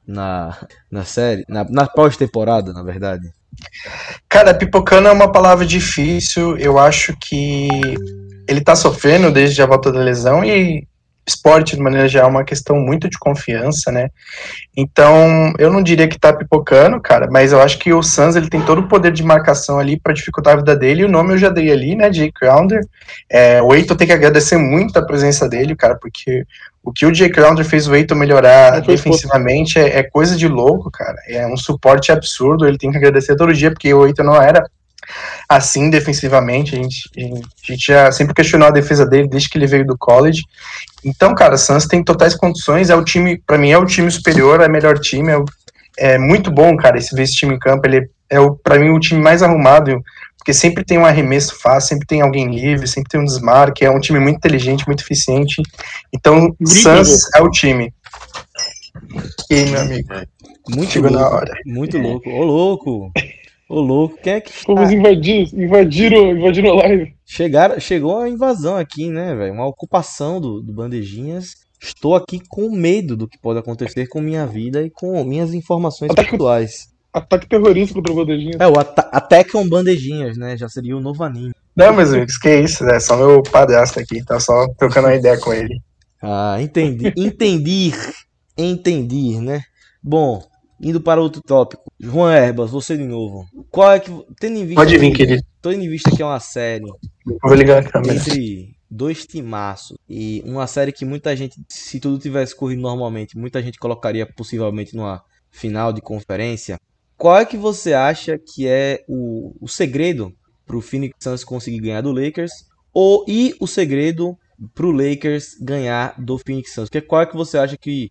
S2: na série? Na pós-temporada, na verdade.
S3: Cara, pipocando é uma palavra difícil. Eu acho que ele tá sofrendo desde a volta da lesão e esporte, de maneira geral, é uma questão muito de confiança, né? Então, eu não diria que tá pipocando, cara, mas eu acho que o Suns, ele tem todo o poder de marcação ali para dificultar a vida dele, e o nome eu já dei ali, né, Jay Crowder. O Ayton tem que agradecer muito a presença dele, cara, porque o que o Jay Crowder fez o Ayton melhorar defensivamente é coisa de louco, cara. É um suporte absurdo, ele tem que agradecer todo dia, porque o Ayton não era assim defensivamente, a gente já sempre questionou a defesa dele desde que ele veio do college. Então, cara, o Suns tem totais condições, é o time, para mim é o time superior, é o melhor time, é muito bom, cara, ver esse time em campo, ele para mim o time mais arrumado, porque sempre tem um arremesso fácil, sempre tem alguém livre, sempre tem um desmarque, é um time muito inteligente, muito eficiente. Então, Suns é o time. E meu amigo,
S2: muito
S3: chegou
S2: louco,
S3: na hora.
S2: Muito louco. Ô, louco! Ô, louco, quem é que está?
S4: Fomos invadiram a live.
S2: Chegou a invasão aqui, né, velho? Uma ocupação do Bandejinhas. Estou aqui com medo do que pode acontecer com minha vida e com minhas informações pessoais.
S4: Ataque terrorista contra o Bandejinhas.
S2: O Atacam Bandejinhas, né? Já seria o novo anime.
S3: Não, meus amigos, que isso, né? Só meu padrasto aqui, tá só trocando uma ideia com ele.
S2: Ah, entendi. Entendi, né? Bom, indo para outro tópico. João Herbas, você de novo. Qual é que. Tendo em vista
S3: Pode vir, querido.
S2: Tendo em vista que é uma série
S3: Vou ligar a câmera.
S2: entre dois timaços e uma série que muita gente, se tudo tivesse corrido normalmente, muita gente colocaria possivelmente numa final de conferência. Qual é que você acha que é o segredo para o Phoenix Suns conseguir ganhar do Lakers e o segredo para o Lakers ganhar do Phoenix Suns? Qual é que você acha que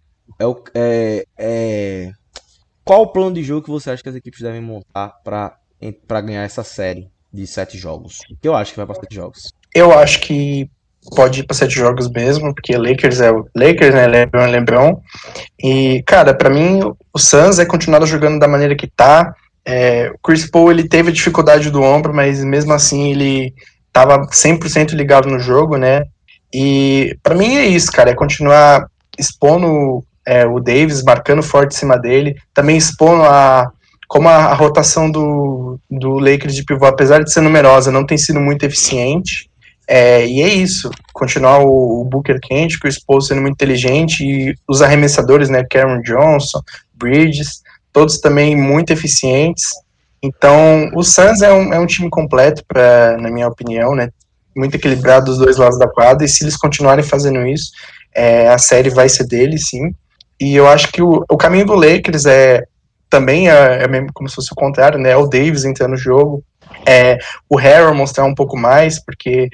S2: qual o plano de jogo que você acha que as equipes devem montar para ganhar essa série de 7 jogos? Que eu acho que vai para 7 jogos.
S3: Eu acho que pode ir para 7 jogos mesmo, porque Lakers é o Lakers, né? LeBron é LeBron. E, cara, para mim, o Suns é continuar jogando da maneira que tá. O Chris Paul, ele teve a dificuldade do ombro, mas mesmo assim ele tava 100% ligado no jogo, né? E para mim é isso, cara, é continuar expondo o Davis, marcando forte em cima dele, também expondo como a rotação do Lakers de pivô, apesar de ser numerosa, não tem sido muito eficiente. E é isso, continuar o Booker quente, o Chris Paul sendo muito inteligente, e os arremessadores, né, Cameron Johnson, Bridges, todos também muito eficientes. Então, o Suns é um time completo, na minha opinião, né, muito equilibrado dos dois lados da quadra, e se eles continuarem fazendo isso, a série vai ser deles, sim. E eu acho que o caminho do Lakers também é mesmo como se fosse o contrário, né, o Davis entrando no jogo, o Harrell mostrar um pouco mais, porque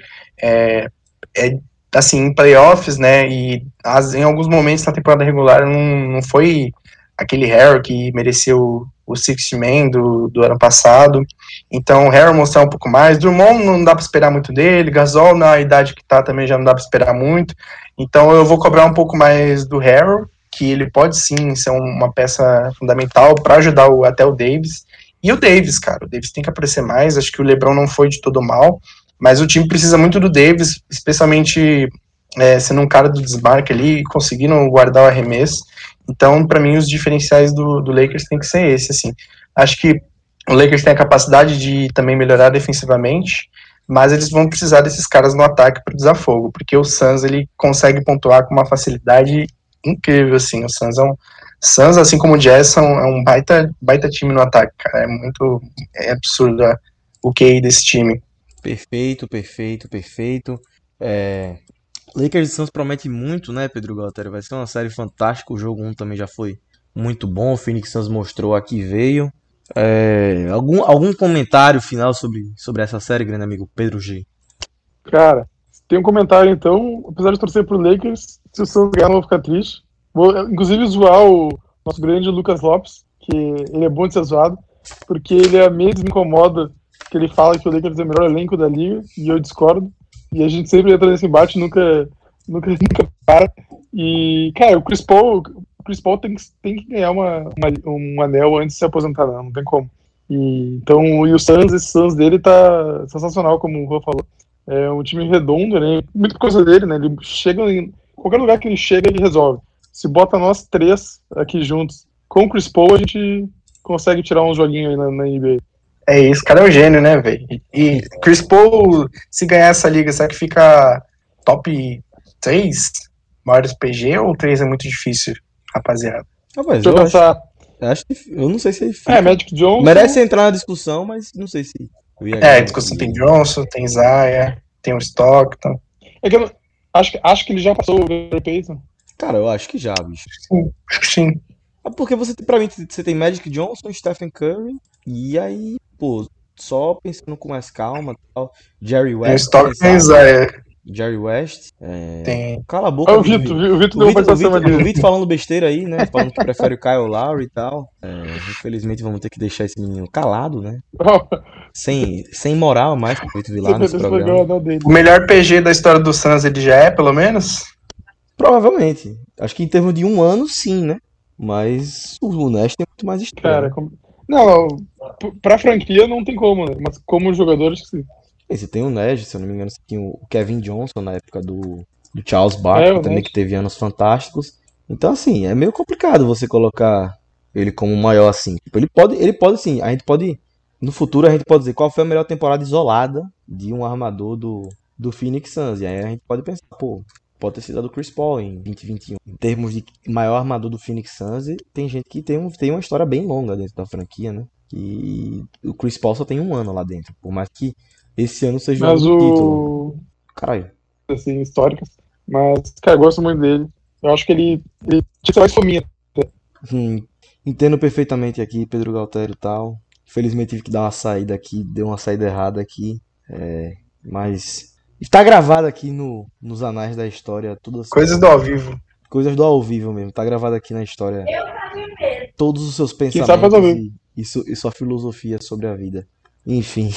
S3: assim, em playoffs, né, e em alguns momentos na temporada regular não foi aquele Harrell que mereceu o Sixth Man do ano passado. Então o Harrell mostrar um pouco mais, Drummond não dá para esperar muito dele, Gasol na idade que tá também já não dá para esperar muito, então eu vou cobrar um pouco mais do Harrell, que ele pode sim ser uma peça fundamental para ajudar até o Davis. E o Davis, cara, o Davis tem que aparecer mais, acho que o LeBron não foi de todo mal, mas o time precisa muito do Davis, especialmente sendo um cara do desmarque ali, conseguindo guardar o arremesso. Então, para mim, os diferenciais do Lakers tem que ser esse, assim. Acho que o Lakers tem a capacidade de também melhorar defensivamente, mas eles vão precisar desses caras no ataque para desafogo, porque o Suns, ele consegue pontuar com uma facilidade incrível, assim. O Suns, assim como o Jazz, é um baita time no ataque, cara. É absurdo o QI desse time.
S2: Perfeito. Lakers e Suns promete muito, né, Pedro Galtério? Vai ser uma série fantástica. O jogo 1 também já foi muito bom. O Phoenix Suns mostrou a que veio. Algum comentário final sobre essa série, grande amigo Pedro G?
S4: Cara, tem um comentário então. Apesar de torcer pro Lakers, se o Suns ganhar, não vou ficar triste. Vou, inclusive, zoar o nosso grande Lucas Lopes, que ele é bom de ser zoado, porque ele mesmo me incomoda que ele fala que o Lakers é o melhor elenco da liga, e eu discordo. E a gente sempre entra nesse embate, nunca para. E, cara, o Chris Paul tem que ganhar um anel antes de se aposentar, não tem como. Então, e o Suns dele tá sensacional, como o Rô falou. É um time redondo, né? Muita coisa dele, né? Ele chega em qualquer lugar que ele chega, ele resolve. Se bota nós três aqui juntos com o Chris Paul a gente consegue tirar uns joguinhos aí na NBA.
S3: É isso, o cara é um gênio, né, velho? E Chris Paul, se ganhar essa liga, será que fica top 3 maiores PG ou 3 é muito difícil, rapaziada?
S2: Rapaz,
S4: Deixa eu pensar.
S2: eu não sei se ele fica.
S4: Magic Johnson.
S2: Merece entrar na discussão, mas não sei se.
S3: A discussão tem Johnson, tem Zaya, tem o Stockton.
S4: É que eu acho que ele já passou o Gary Payton.
S2: Cara, eu acho que já, bicho.
S3: Sim, acho que sim.
S2: Porque pra mim, você tem Magic Johnson, Stephen Curry, e aí, pô, só pensando com mais calma e tal. Jerry
S3: Tem o
S2: West.
S3: Stockton e Zaya.
S2: Jerry West.
S3: Tem.
S2: Cala a boca,
S4: O Vitor deu uma participação dele.
S2: O Vitor falando besteira aí, né? Falando que prefere o Kyle Lowry e tal. Infelizmente vamos ter que deixar esse menino calado, né? Sem moral mais pro Vitor Vilar nesse programa.
S3: O melhor PG da história do Suns ele já é, pelo menos?
S2: Provavelmente. Acho que em termos de um ano, sim, né? Mas o Nash tem muito mais história.
S4: Cara, não, pra franquia não tem como, né? Mas como jogadores que sim.
S2: Você tem o Nash, se eu não me engano, você tinha o Kevin Johnson na época do Charles Barkley, também, que teve anos fantásticos. Então, assim, é meio complicado você colocar ele como maior assim. Tipo, ele pode sim, a gente pode, no futuro a gente pode dizer qual foi a melhor temporada isolada de um armador do Phoenix Suns. E aí a gente pode pensar, pô, pode ter sido a do Chris Paul em 2021. Em termos de maior armador do Phoenix Suns, tem gente que tem uma história bem longa dentro da franquia, né? E o Chris Paul só tem um ano lá dentro, por mais que esse ano seja um título. Caralho.
S4: Assim, históricas. Mas, cara, eu gosto muito dele. Eu acho que ele tinha que ser mais fominha.
S2: Entendo perfeitamente aqui, Pedro Galtério e tal. Infelizmente tive que dar uma saída aqui, deu uma saída errada aqui. Mas está gravado aqui nos anais da história. Tudo assim,
S3: coisas do ao vivo.
S2: Coisas do ao vivo mesmo. Tá gravado aqui na história. Todos os seus
S4: Quem sabe
S2: pensamentos e sua filosofia sobre a vida. Enfim.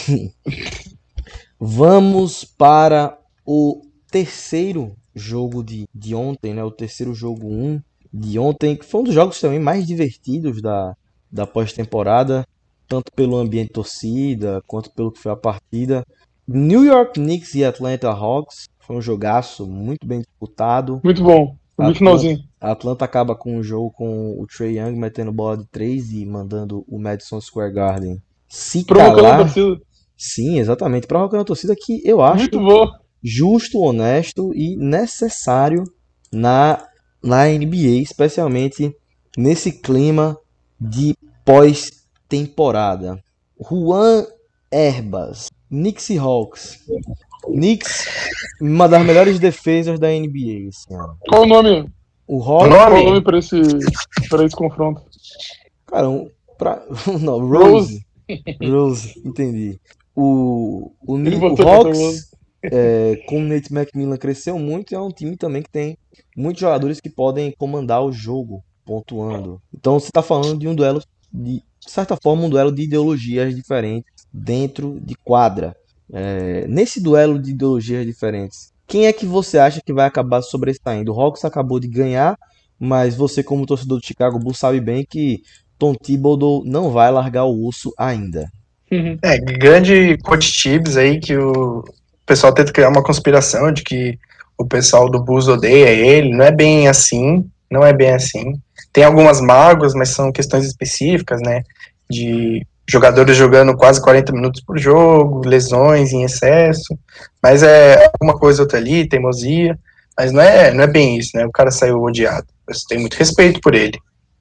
S2: Vamos para o terceiro jogo de ontem, né? O terceiro jogo 1 de ontem, que foi um dos jogos também mais divertidos da pós-temporada, tanto pelo ambiente torcida, quanto pelo que foi a partida. New York Knicks e Atlanta Hawks, foi um jogaço muito bem disputado.
S4: Muito bom, no finalzinho.
S2: A Atlanta acaba com o jogo com o Trae Young metendo bola de 3 e mandando o Madison Square Garden se calar. Sim, exatamente. Provocando a torcida, que eu acho justo, honesto e necessário na NBA, especialmente nesse clima de pós-temporada. Juan Herbas, Knicks e Hawks. Knicks, uma das melhores defesas da NBA esse ano.
S4: Qual o nome?
S2: O Hawks.
S4: Qual o nome para esse confronto?
S2: Cara, não, Rose, entendi. O Hawks, com o Nate McMillan, cresceu muito e é um time também que tem muitos jogadores que podem comandar o jogo, pontuando. Então você está falando de um duelo, de certa forma, um duelo de ideologias diferentes dentro de quadra. Nesse duelo de ideologias diferentes, quem é que você acha que vai acabar sobressaindo? O Hawks acabou de ganhar, mas você, como torcedor do Chicago Bulls, sabe bem que Tom Thibodeau não vai largar o osso ainda.
S3: Grande coach Tibbs aí, que o pessoal tenta criar uma conspiração de que o pessoal do Bulls odeia ele. Não é bem assim, Tem algumas mágoas, mas são questões específicas, né? De jogadores jogando quase 40 minutos por jogo, lesões em excesso, mas é alguma coisa outra ali, teimosia, mas não é bem isso, né? O cara saiu odiado. Eu tenho muito respeito por ele.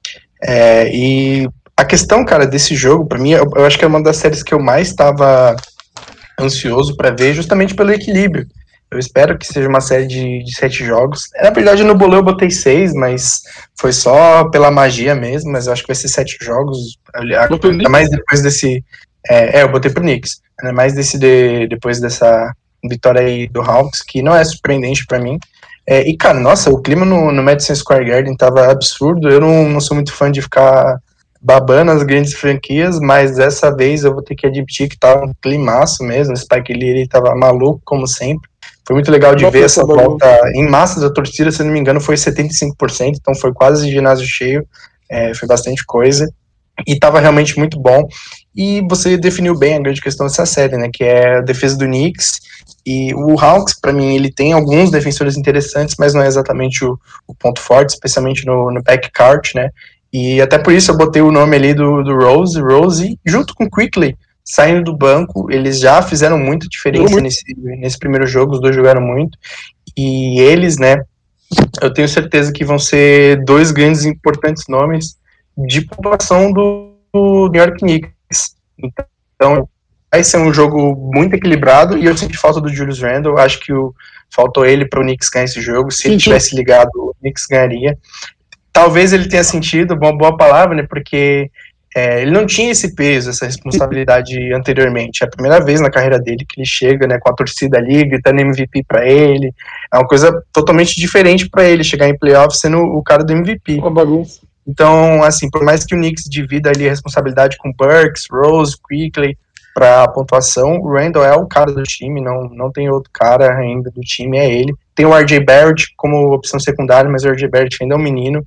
S3: E a questão, cara, desse jogo, pra mim, eu acho que é uma das séries que eu mais estava ansioso para ver, justamente pelo equilíbrio. Eu espero que seja uma série de 7 jogos. Na verdade, no bolão eu botei 6, mas foi só pela magia mesmo, mas eu acho que vai ser 7 jogos. Ainda mais depois desse... eu botei pro Knicks. Ainda mais depois dessa vitória aí do Hawks, que não é surpreendente para mim. E, cara, nossa, o clima no Madison Square Garden tava absurdo. Eu não sou muito fã de ficar babando as grandes franquias, mas dessa vez eu vou ter que admitir que tava um climaço mesmo. O Spike Lee, ele tava maluco, como sempre. Foi muito legal de ver essa volta em massa da torcida, se não me engano foi 75%, então foi quase ginásio cheio, foi bastante coisa, e tava realmente muito bom. E você definiu bem a grande questão dessa série, né, que é a defesa do Knicks, e o Hawks, para mim, ele tem alguns defensores interessantes, mas não é exatamente o ponto forte, especialmente no backcourt, né, E até por isso eu botei o nome ali do Rose, junto com o Quickley, saindo do banco, eles já fizeram muita diferença nesse primeiro jogo, os dois jogaram muito, e eles, né, eu tenho certeza que vão ser dois grandes e importantes nomes de pontuação do New York Knicks. Então, vai ser um jogo muito equilibrado, e eu senti falta do Julius Randle, acho que faltou ele para o Knicks ganhar esse jogo, se ele tivesse ligado, o Knicks ganharia. Talvez ele tenha sentido, uma boa palavra, né, porque ele não tinha esse peso, essa responsabilidade anteriormente. É a primeira vez na carreira dele que ele chega, né, com a torcida ali, gritando MVP para ele. É uma coisa totalmente diferente para ele chegar em playoffs sendo o cara do MVP.
S4: Uma bagunça.
S3: Então, assim, por mais que o Knicks divida ali a responsabilidade com Burks, Rose, Quickley para a pontuação, o Randle é o cara do time, não tem outro cara ainda do time, é ele. Tem o RJ Barrett como opção secundária, mas o RJ Barrett ainda é um menino.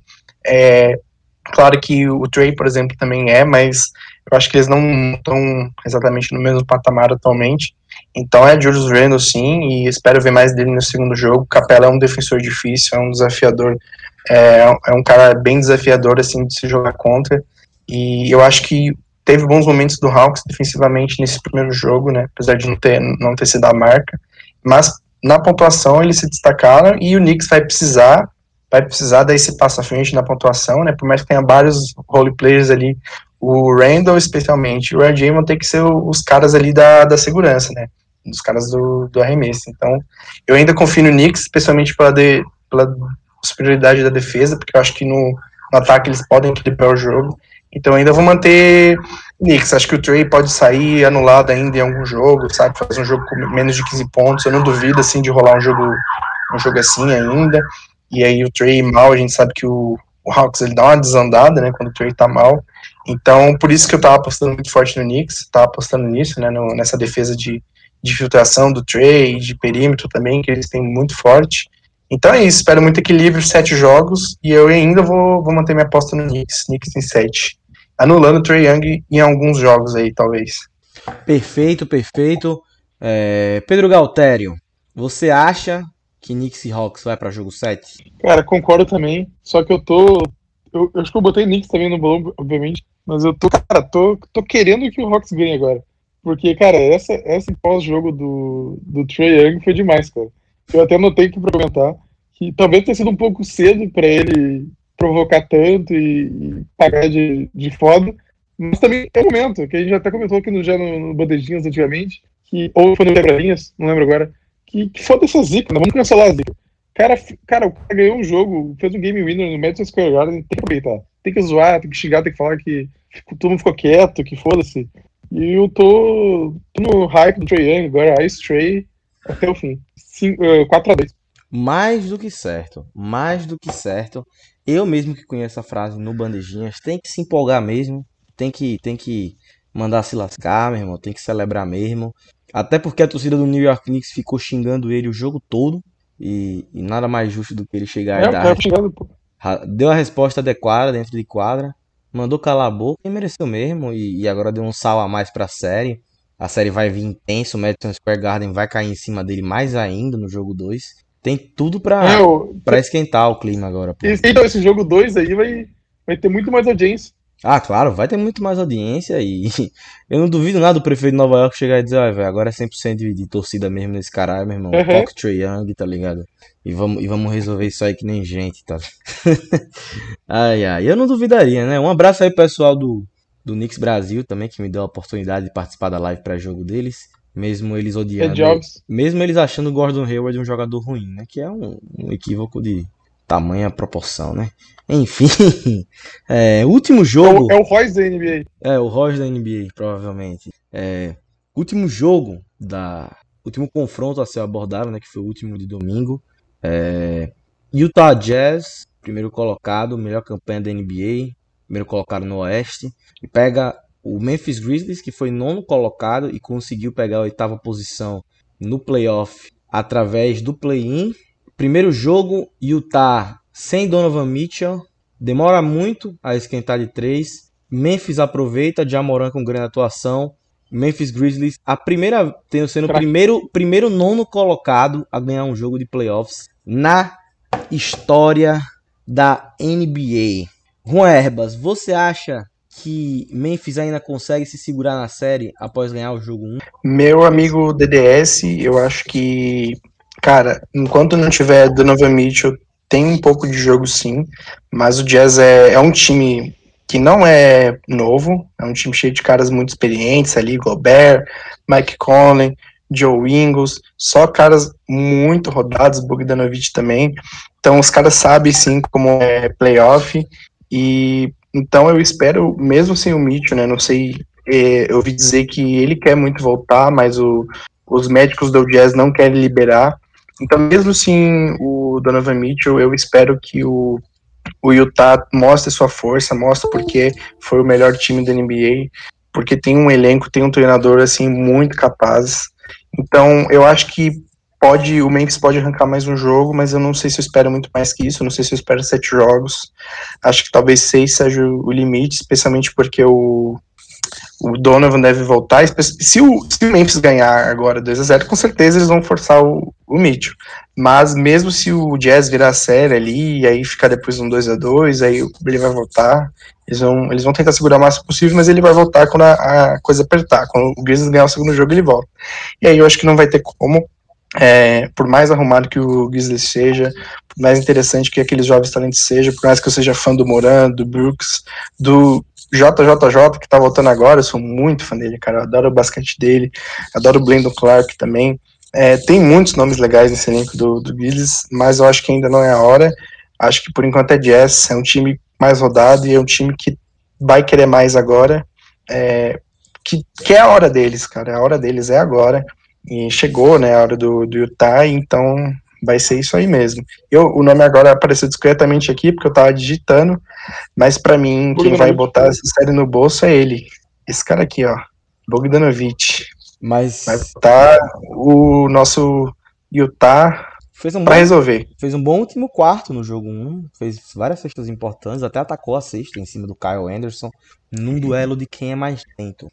S3: Claro que o Trey, por exemplo, também mas eu acho que eles não estão exatamente no mesmo patamar atualmente. Então é Julius Randle, sim, e espero ver mais dele no segundo jogo. Capela é um defensor difícil, é um desafiador, é um cara bem desafiador, assim, de se jogar contra. E eu acho que teve bons momentos do Hawks defensivamente nesse primeiro jogo, né, apesar de não ter sido a marca. Mas na pontuação eles se destacaram e o Knicks vai precisar dar esse passo à frente na pontuação, né? Por mais que tenha vários role players ali, o Randle especialmente, o RJ vão ter que ser os caras ali da segurança, né? Os caras do arremesso. Então, eu ainda confio no Knicks, especialmente pela superioridade da defesa, porque eu acho que no ataque eles podem equilibrar o jogo. Então, ainda vou manter o Knicks. Acho que o Trey pode sair anulado ainda em algum jogo, sabe? Fazer um jogo com menos de 15 pontos. Eu não duvido, assim, de rolar um jogo assim ainda. E aí o Trey mal, a gente sabe que o Hawks ele dá uma desandada, né, quando o Trey tá mal. Então, por isso que eu tava apostando muito forte no Knicks, tava apostando nisso, né, nessa defesa de filtração do Trey, de perímetro também, que eles têm muito forte. Então é isso, espero muito equilíbrio, 7 jogos, e eu ainda vou manter minha aposta no Knicks em 7. Anulando o Trae Young em alguns jogos aí, talvez.
S2: Perfeito. Pedro Galtério, você acha que Knicks e Hawks vai pra jogo 7?
S4: Cara, concordo também. Só que eu acho que eu botei Knicks também no bolão, obviamente. Mas eu tô querendo que o Hawks ganhe agora. Porque, cara, esse pós-jogo do Trae Young foi demais, cara. Eu até notei aqui pra comentar que talvez tenha sido um pouco cedo pra ele provocar tanto e pagar de foda. Mas também é o momento, que a gente já até comentou aqui no Bandejinhas antigamente, ou foi no Quebradinhas, não lembro agora, que foda essa zica, né? Vamos cancelar a zica. Cara, o cara ganhou um jogo, fez um game winner no Madison Square Garden, tem que aproveitar. Tem que zoar, tem que xingar, tem que falar que todo mundo ficou quieto, que foda-se. E eu tô no hype do Trae Young, agora Ice Trae até o fim. 4-2.
S2: Mais do que certo. Eu mesmo que conheço a frase no Bandejinhas, tem que se empolgar mesmo, tem que mandar se lascar, meu irmão, tem que celebrar mesmo. Até porque a torcida do New York Knicks ficou xingando ele o jogo todo. E nada mais justo do que ele chegar e dar. Deu a resposta adequada dentro de quadra. Mandou calar a boca e mereceu mesmo. E agora deu um sal a mais pra série. A série vai vir intenso. O Madison Square Garden vai cair em cima dele mais ainda no jogo 2. Tem tudo pra esquentar o clima agora. Pô.
S4: Então, esse jogo 2 aí vai ter muito mais audiência.
S2: Ah, claro, vai ter muito mais audiência e eu não duvido nada do prefeito de Nova York chegar e dizer, velho, agora é 100% de torcida mesmo nesse caralho, meu irmão. Toque Trae Young, tá ligado? E vamos resolver isso aí que nem gente, tá? Ai, eu não duvidaria, né? Um abraço aí pessoal do Knicks Brasil também, que me deu a oportunidade de participar da live pré-jogo deles. Mesmo eles odiando, mesmo eles achando o Gordon Hayward um jogador ruim, né? Que é um equívoco de tamanha proporção, né? Enfim, último jogo...
S4: É o Royce da NBA.
S2: O Royce da NBA, provavelmente. Último jogo, último confronto a ser abordado, né? Que foi o último de domingo. Utah Jazz, primeiro colocado, melhor campanha da NBA, primeiro colocado no Oeste, e pega o Memphis Grizzlies, que foi nono colocado e conseguiu pegar a 8ª posição no playoff através do play-in. Primeiro jogo, Utah sem Donovan Mitchell, demora muito a esquentar de 3. Memphis aproveita, Ja Morant com grande atuação. Memphis Grizzlies, sendo o primeiro nono colocado a ganhar um jogo de playoffs na história da NBA. Juan Herbas, você acha que Memphis ainda consegue se segurar na série após ganhar o jogo 1?
S3: Meu amigo DDS, eu acho que, cara, enquanto não tiver Donovan Mitchell, tem um pouco de jogo sim, mas o Jazz é um time que não é novo, é um time cheio de caras muito experientes ali, Gobert, Mike Conley, Joe Ingles, só caras muito rodados, Bogdanovic também, então os caras sabem sim como é playoff, e então eu espero, mesmo sem o Mitchell, né, não sei, eu ouvi dizer que ele quer muito voltar, mas os médicos do Jazz não querem liberar. Então, mesmo assim, o Donovan Mitchell, eu espero que o Utah mostre sua força, mostre porque foi o melhor time da NBA, porque tem um elenco, tem um treinador assim muito capaz. Então, eu acho que o Memphis pode arrancar mais um jogo, mas eu não sei se eu espero muito mais que isso, eu não sei se eu espero 7 jogos. Acho que talvez 6 seja o limite, especialmente porque o Donovan deve voltar. Se o Memphis ganhar agora 2-0, com certeza eles vão forçar o Mitchell. Mas mesmo se o Jazz virar a série ali, e aí ficar depois um 2-2, aí ele vai voltar. Eles vão tentar segurar o máximo possível, mas ele vai voltar quando a coisa apertar. Quando o Grizzlies ganhar o segundo jogo, ele volta. E aí eu acho que não vai ter como. Por mais arrumado que o Grizzlies seja, por mais interessante que aqueles jovens talentos sejam, por mais que eu seja fã do Moran, do Brooks, do JJJ, que tá voltando agora, eu sou muito fã dele, cara, eu adoro o basquete dele, adoro o Brandon Clark também. Tem muitos nomes legais nesse elenco do Grizzlies, mas eu acho que ainda não é a hora. Acho que por enquanto é Jazz, é um time mais rodado e é um time que vai querer mais agora. Que é a hora deles, cara, a hora deles é agora. E chegou, né, a hora do Utah, então vai ser isso aí mesmo. O nome agora apareceu discretamente aqui, porque eu tava digitando, mas pra mim, quem vai botar essa série no bolso é ele. Esse cara aqui, ó, Bogdanovic.
S2: Mas
S3: vai botar o nosso Utah pra resolver.
S2: Fez um bom último quarto no jogo 1, fez várias cestas importantes, até atacou a cesta em cima do Kyle Anderson, num duelo de quem é mais lento.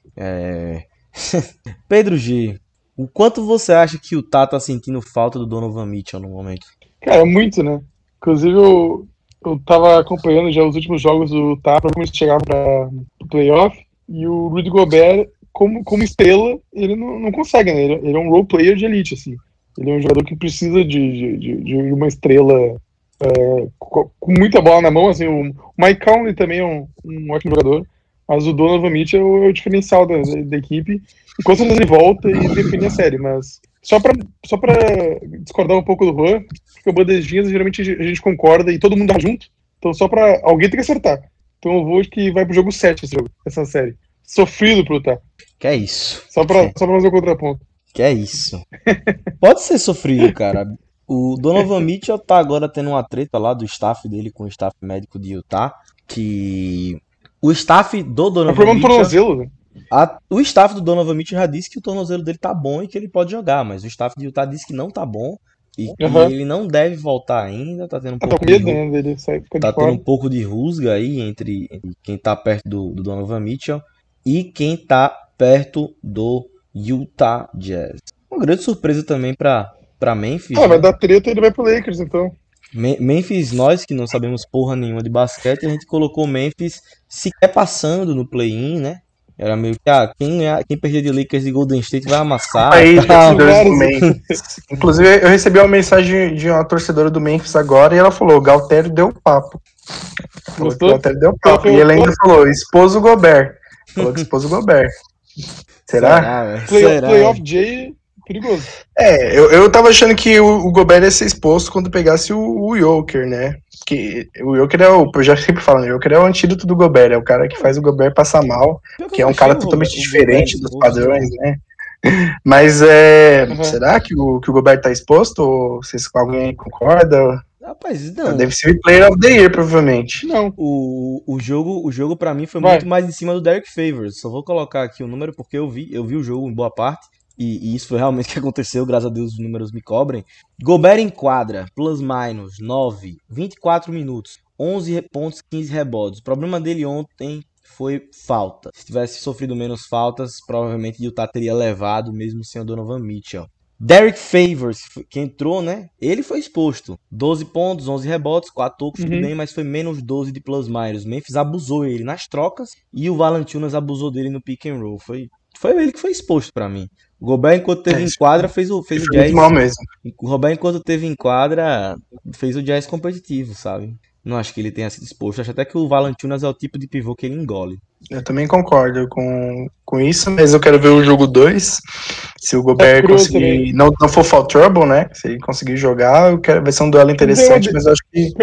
S2: Pedro G, o quanto você acha que o Utah tá sentindo falta do Donovan Mitchell no momento?
S4: Cara, muito, né? Inclusive, eu tava acompanhando já os últimos jogos do Utah, provavelmente chegar para o playoff, e o Rudy Gobert, como estrela, ele não consegue, né? Ele é um role player de elite, assim. Ele é um jogador que precisa de uma estrela com muita bola na mão, assim. O Mike Conley também é um ótimo jogador, mas o Donovan Mitchell é o diferencial da equipe. E com certeza ele volta e define a série, mas só pra discordar um pouco do Juan, porque o bandejinhas geralmente a gente concorda e todo mundo dá junto, então só pra alguém ter que acertar. Então eu vou que vai pro jogo 7 essa série. Sofrido pro Utah.
S2: Que é isso?
S4: Só pra fazer o contraponto.
S2: Que é isso? Pode ser sofrido, cara. O Donovan Mitchell tá agora tendo uma treta lá do staff dele com o staff médico de Utah, que o staff do Donovan Mitchell...
S4: tornozelo, né?
S2: O staff do Donovan Mitchell já disse que o tornozelo dele tá bom e que ele pode jogar, mas o staff de Utah disse que não tá bom e que ele não deve voltar ainda, tá tendo um pouco de
S4: medo, né, dele sair, ficar
S2: tá
S4: de fora.
S2: tendo um pouco de rusga aí entre quem tá perto do Donovan Mitchell e quem tá perto do Utah Jazz. Uma grande surpresa também pra Memphis.
S4: Vai dar treta e ele vai pro Lakers, então.
S2: Memphis, nós que não sabemos porra nenhuma de basquete, a gente colocou Memphis sequer passando no play-in, né? Era meio que quem perder de Lakers e Golden State vai amassar.
S3: Aí, inclusive, eu recebi uma mensagem de uma torcedora do Memphis agora e ela falou: o Galtério deu papo. Falou que o Galtério deu papo. E ela ainda falou: expôs o Gobert. Falou que expôs o Gobert. Será?
S4: Playoff J perigoso.
S3: Eu tava achando que o Gobert ia ser exposto quando pegasse o Joker, né? Que o Joker eu já sempre falo, o Joker é o antídoto do Gobert, é o cara que faz o Gobert passar mal, que é um cara totalmente diferente dos padrões, né? Mas será que o Gobert tá exposto? Ou alguém concorda?
S2: Rapaz, não.
S3: Deve ser o Player of the Year, provavelmente.
S2: Não. O jogo pra mim foi muito mais em cima do Derek Favors. Só vou colocar aqui o número porque eu vi o jogo em boa parte. E isso foi realmente o que aconteceu, graças a Deus os números me cobrem. Gobert em quadra, plus minus 9, 24 minutos, 11 pontos, 15 rebotes. O problema dele ontem foi falta. Se tivesse sofrido menos faltas, provavelmente o Utah teria levado, mesmo sem o Donovan Mitchell. Derek Favors, que entrou, né? Ele foi exposto. 12 pontos, 11 rebotes, 4 tocos, tudo bem, mas foi menos 12 de plus-minus. O Memphis abusou ele nas trocas e o Valanciunas abusou dele no pick and roll. Foi ele que foi exposto pra mim. O Gobert, enquanto teve em quadra, fez o Jazz.
S3: Muito mal mesmo.
S2: O Gobert, enquanto teve em quadra, fez o Jazz competitivo, sabe? Não acho que ele tenha sido exposto. Acho até que o Valanciunas é o tipo de pivô que ele engole.
S3: Eu também concordo com isso, mas eu quero ver o jogo 2. Se o Gobert conseguir. Não for foul trouble, né? Se ele conseguir jogar, vai ser um duelo interessante, mas eu acho que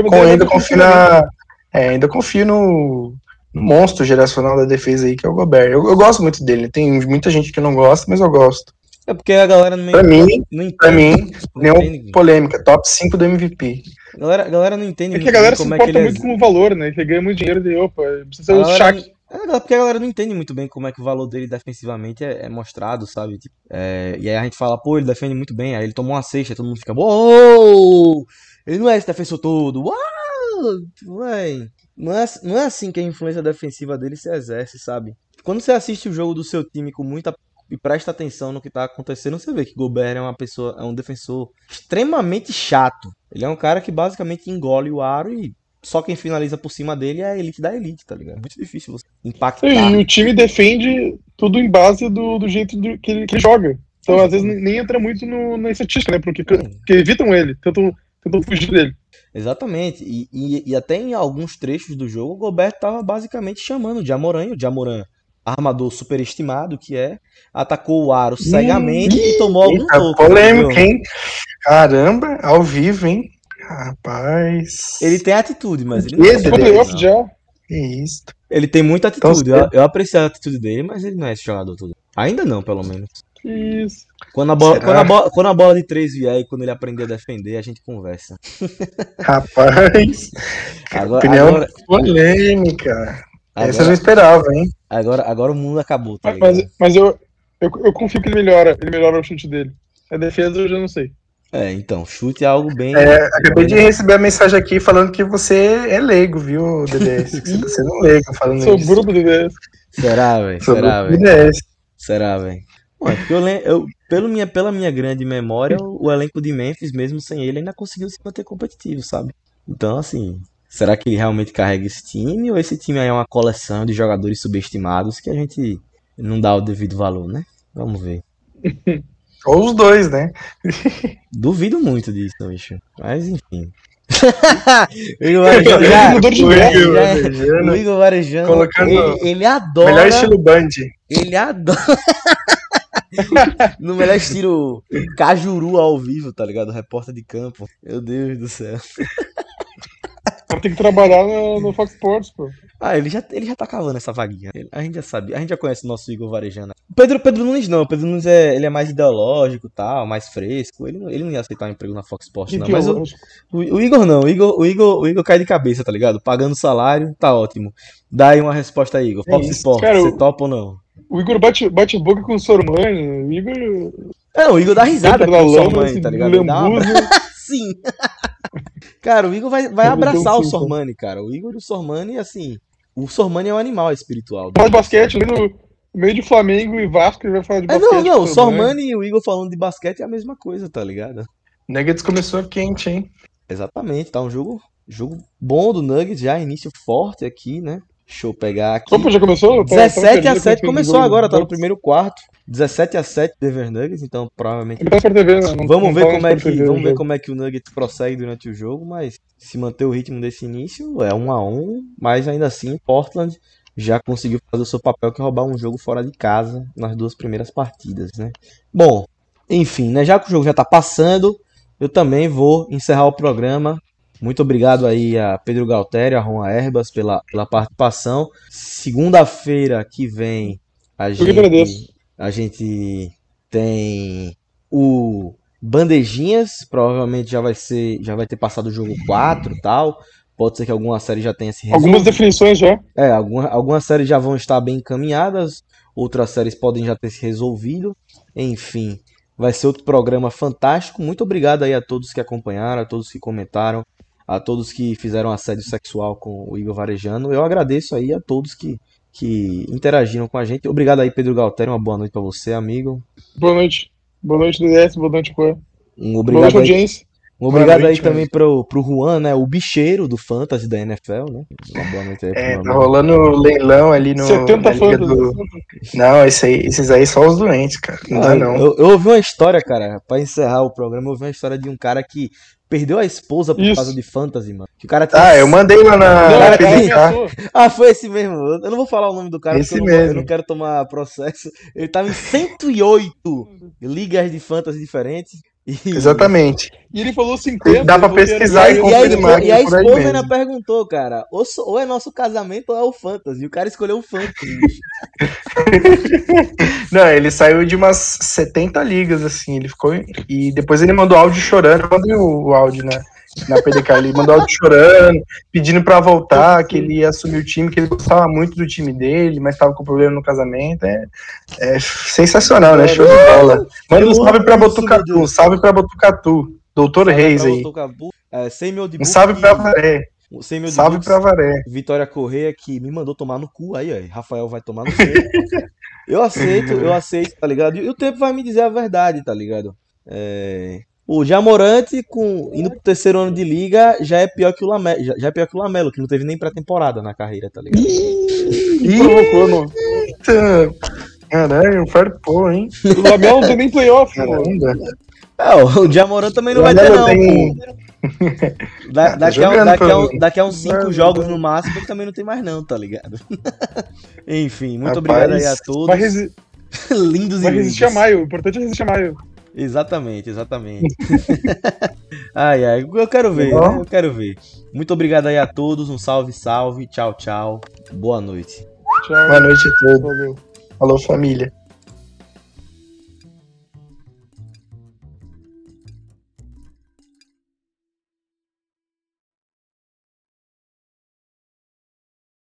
S3: ainda confio no monstro geracional da defesa aí, que é o Gobert. Eu gosto muito dele. Tem muita gente que não gosta, mas eu gosto.
S2: É porque a galera não
S3: entende. Pra mim, nenhuma polêmica. Top 5 do MVP.
S2: A galera não entende
S4: muito. É que a galera se importa muito com o valor, né? Que ganha muito dinheiro e opa, precisa ser o Shaq.
S2: Porque a galera não entende muito bem como é que o valor dele defensivamente é mostrado, sabe? Tipo, e aí a gente fala, pô, ele defende muito bem. Aí ele tomou uma cesta, todo mundo fica, uou! Ele não é esse defensor todo. Uau! Véi. Não é assim que a influência defensiva dele se exerce, sabe? Quando você assiste o jogo do seu time com muita e presta atenção no que tá acontecendo, você vê que Gobert é um defensor extremamente chato. Ele é um cara que basicamente engole o aro e só quem finaliza por cima dele é a elite da elite, tá ligado? É muito difícil você impactar.
S4: E o time defende tudo em base do jeito que ele joga. Então, às vezes, nem entra muito na estatística, né? Porque evitam ele, tentam fugir dele.
S2: Exatamente. E até em alguns trechos do jogo, o Gobert tava basicamente chamando o Jamoran, e o Jamoran, armador superestimado que atacou o aro cegamente e tomou algum toco.
S3: Polêmica, hein? Caramba, ao vivo, hein? Rapaz.
S2: Ele tem atitude, mas ele não é
S4: playoff já.
S3: Que isso.
S2: Ele tem muita atitude. Eu aprecio a atitude dele, mas ele não é esse jogador todo. Ainda não, pelo menos.
S4: Que isso.
S2: Quando a bola de 3 vier e quando ele aprender a defender, a gente conversa.
S3: Rapaz. Opinião polêmica. Essa eu não esperava, hein?
S2: Agora o mundo acabou, tá ligado?
S4: Mas eu confio que ele melhora o chute dele. A defesa eu já não sei.
S2: Então, chute é algo bem...
S3: acabei de receber a mensagem aqui falando que você é leigo, viu, DDS? Que você não é leigo falando isso.
S4: Sou bruto, DDS.
S2: Será, velho? Será, velho? É porque pela minha grande memória, o elenco de Memphis, mesmo sem ele, ainda conseguiu se manter competitivo, sabe? Então, assim, será que ele realmente carrega esse time? Ou esse time aí é uma coleção de jogadores subestimados que a gente não dá o devido valor, né? Vamos ver.
S3: Ou os dois, né?
S2: Duvido muito disso, bicho. Mas, enfim. O Igor Varejano,
S3: colocando
S2: ele adora...
S3: Melhor estilo Band.
S2: Ele adora... No melhor estilo Cajuru ao vivo, tá ligado? Repórter de campo. Meu Deus do céu.
S4: Tem que trabalhar no Fox Sports, pô.
S2: Ele já tá cavando essa vaguinha. A gente já sabe. A gente já conhece o nosso Igor Varejano. Pedro Nunes não. Pedro Nunes ele é mais ideológico e tal, mais fresco. Ele não ia aceitar um emprego na Fox Sports, não. Mas o Igor não. O Igor cai de cabeça, tá ligado? Pagando salário, tá ótimo. Dá aí uma resposta aí, Igor. Fox Sports, cara, você topa ou não?
S4: O Igor bate boca com o Sormani. O Igor...
S2: o Igor dá risada com o Sormani, tá ligado? Sim. Cara, o Igor vai abraçar o Sormani, cara. O Igor e o Sormani, assim... O Sormani é um animal espiritual.
S4: Fala de basquete, no meio de Flamengo e Vasco, ele vai falar de basquete.
S2: Não, o Sormani e o Igor falando de basquete é a mesma coisa, tá ligado?
S3: Nuggets começou quente, hein?
S2: Exatamente, tá um jogo bom do Nuggets, já início forte aqui, né? Deixa eu pegar aqui.
S4: Opa, já começou?
S2: 17-7 começou agora, tá no primeiro quarto. 17-7 Denver Nuggets, então provavelmente... Vamos ver como é que o Nuggets prossegue durante o jogo, mas se manter o ritmo desse início é 1-1, mas ainda assim Portland já conseguiu fazer o seu papel, que é roubar um jogo fora de casa nas 2 primeiras partidas, né? Bom, enfim, né? Já que o jogo já tá passando, eu também vou encerrar o programa. Muito obrigado aí a Pedro Galtério, a Ron Herbas pela participação. Segunda-feira que vem a gente tem o Bandejinhas, provavelmente já vai ter passado o jogo 4 e tal. Pode ser que alguma série já tenha se resolvido.
S4: Algumas definições já.
S2: Algumas séries já vão estar bem encaminhadas, outras séries podem já ter se resolvido. Enfim, vai ser outro programa fantástico. Muito obrigado aí a todos que acompanharam, a todos que comentaram, a todos que fizeram assédio sexual com o Igor Varejano. Eu agradeço aí a todos que interagiram com a gente. Obrigado aí, Pedro Galtério. Uma boa noite pra você, amigo.
S4: Boa noite. Boa noite, DDS. Boa noite, Juan.
S2: Um
S4: Boa
S2: obrigado
S4: noite,
S2: aí,
S4: audiência.
S2: obrigado
S3: Boa
S2: aí
S3: noite,
S2: também pro Juan, né? O bicheiro do Fantasy da NFL, né? Uma boa noite aí pro meu
S3: Tá
S2: amigo.
S3: rolando leilão ali no,
S4: 70
S3: na liga
S4: fantasy.
S3: do... Não, esses aí só os doentes, cara. Não dá, não.
S2: Eu ouvi uma história, cara, pra encerrar o programa, eu ouvi uma história de um cara que perdeu a esposa por causa
S4: Isso.
S2: de fantasy, mano. Que o cara tinha...
S3: Eu mandei lá
S4: Não,
S3: na
S4: ela
S3: PDK.
S4: ameaçou.
S2: Ah, foi esse mesmo. Eu não vou falar o nome do cara
S3: Esse
S2: porque eu não
S3: mesmo.
S2: quero tomar processo. Ele tava em 108 ligas de fantasy diferentes. E...
S3: Exatamente.
S4: E ele falou 50.
S3: Dá pra
S4: ele falou que era
S3: pesquisar e
S2: E
S3: comprar de máquina
S2: a
S3: por aí
S2: esposa
S3: mesmo.
S2: ainda perguntou, cara, ou é nosso casamento ou é o fantasy. E o cara escolheu o fantasy. Bicho.
S3: Não, ele saiu de umas 70 ligas, assim, ele ficou... E depois ele mandou áudio chorando, eu mandei o áudio na PDK, ele mandou áudio chorando, pedindo pra voltar, que ele ia assumir o time, que ele gostava muito do time dele, mas tava com problema no casamento, é sensacional, né, show de bola. Manda um salve pra Botucatu, salve pra Botucatu, Doutor Reis aí.
S2: 100 mil de
S3: Um salve pra Varé,
S2: 100 mil de
S3: salve
S2: books.
S3: pra Varé.
S2: Vitória Correia que me mandou tomar no cu aí, ó. Rafael vai tomar no cu. Eu aceito, tá ligado? E o tempo vai me dizer a verdade, tá ligado? O Jamorante, indo pro terceiro ano de liga, já é pior que o Lamelo, já é pior que o Lamelo, que não teve nem pré-temporada na carreira, tá ligado?
S4: Provocou, não.
S3: Eita, caralho, farpou, hein?
S4: O Lamelo não tem nem playoff, pô.
S3: Caramba.
S2: O Jamorante também não vai ter, não, pô. Daqui a uns 5 jogos no máximo, ele também não tem mais, não, tá ligado? Enfim, muito obrigado aí a todos. Lindos e
S4: Vai resistir a
S2: lindos.
S4: maio. O importante é resistir a maio.
S2: Exatamente. Ai, eu quero ver, né? Eu quero ver. Muito obrigado aí a todos. Um salve, salve. Tchau, tchau. Boa noite.
S4: Tchau.
S3: Boa noite a todos.
S4: Valeu.
S3: Falou, família.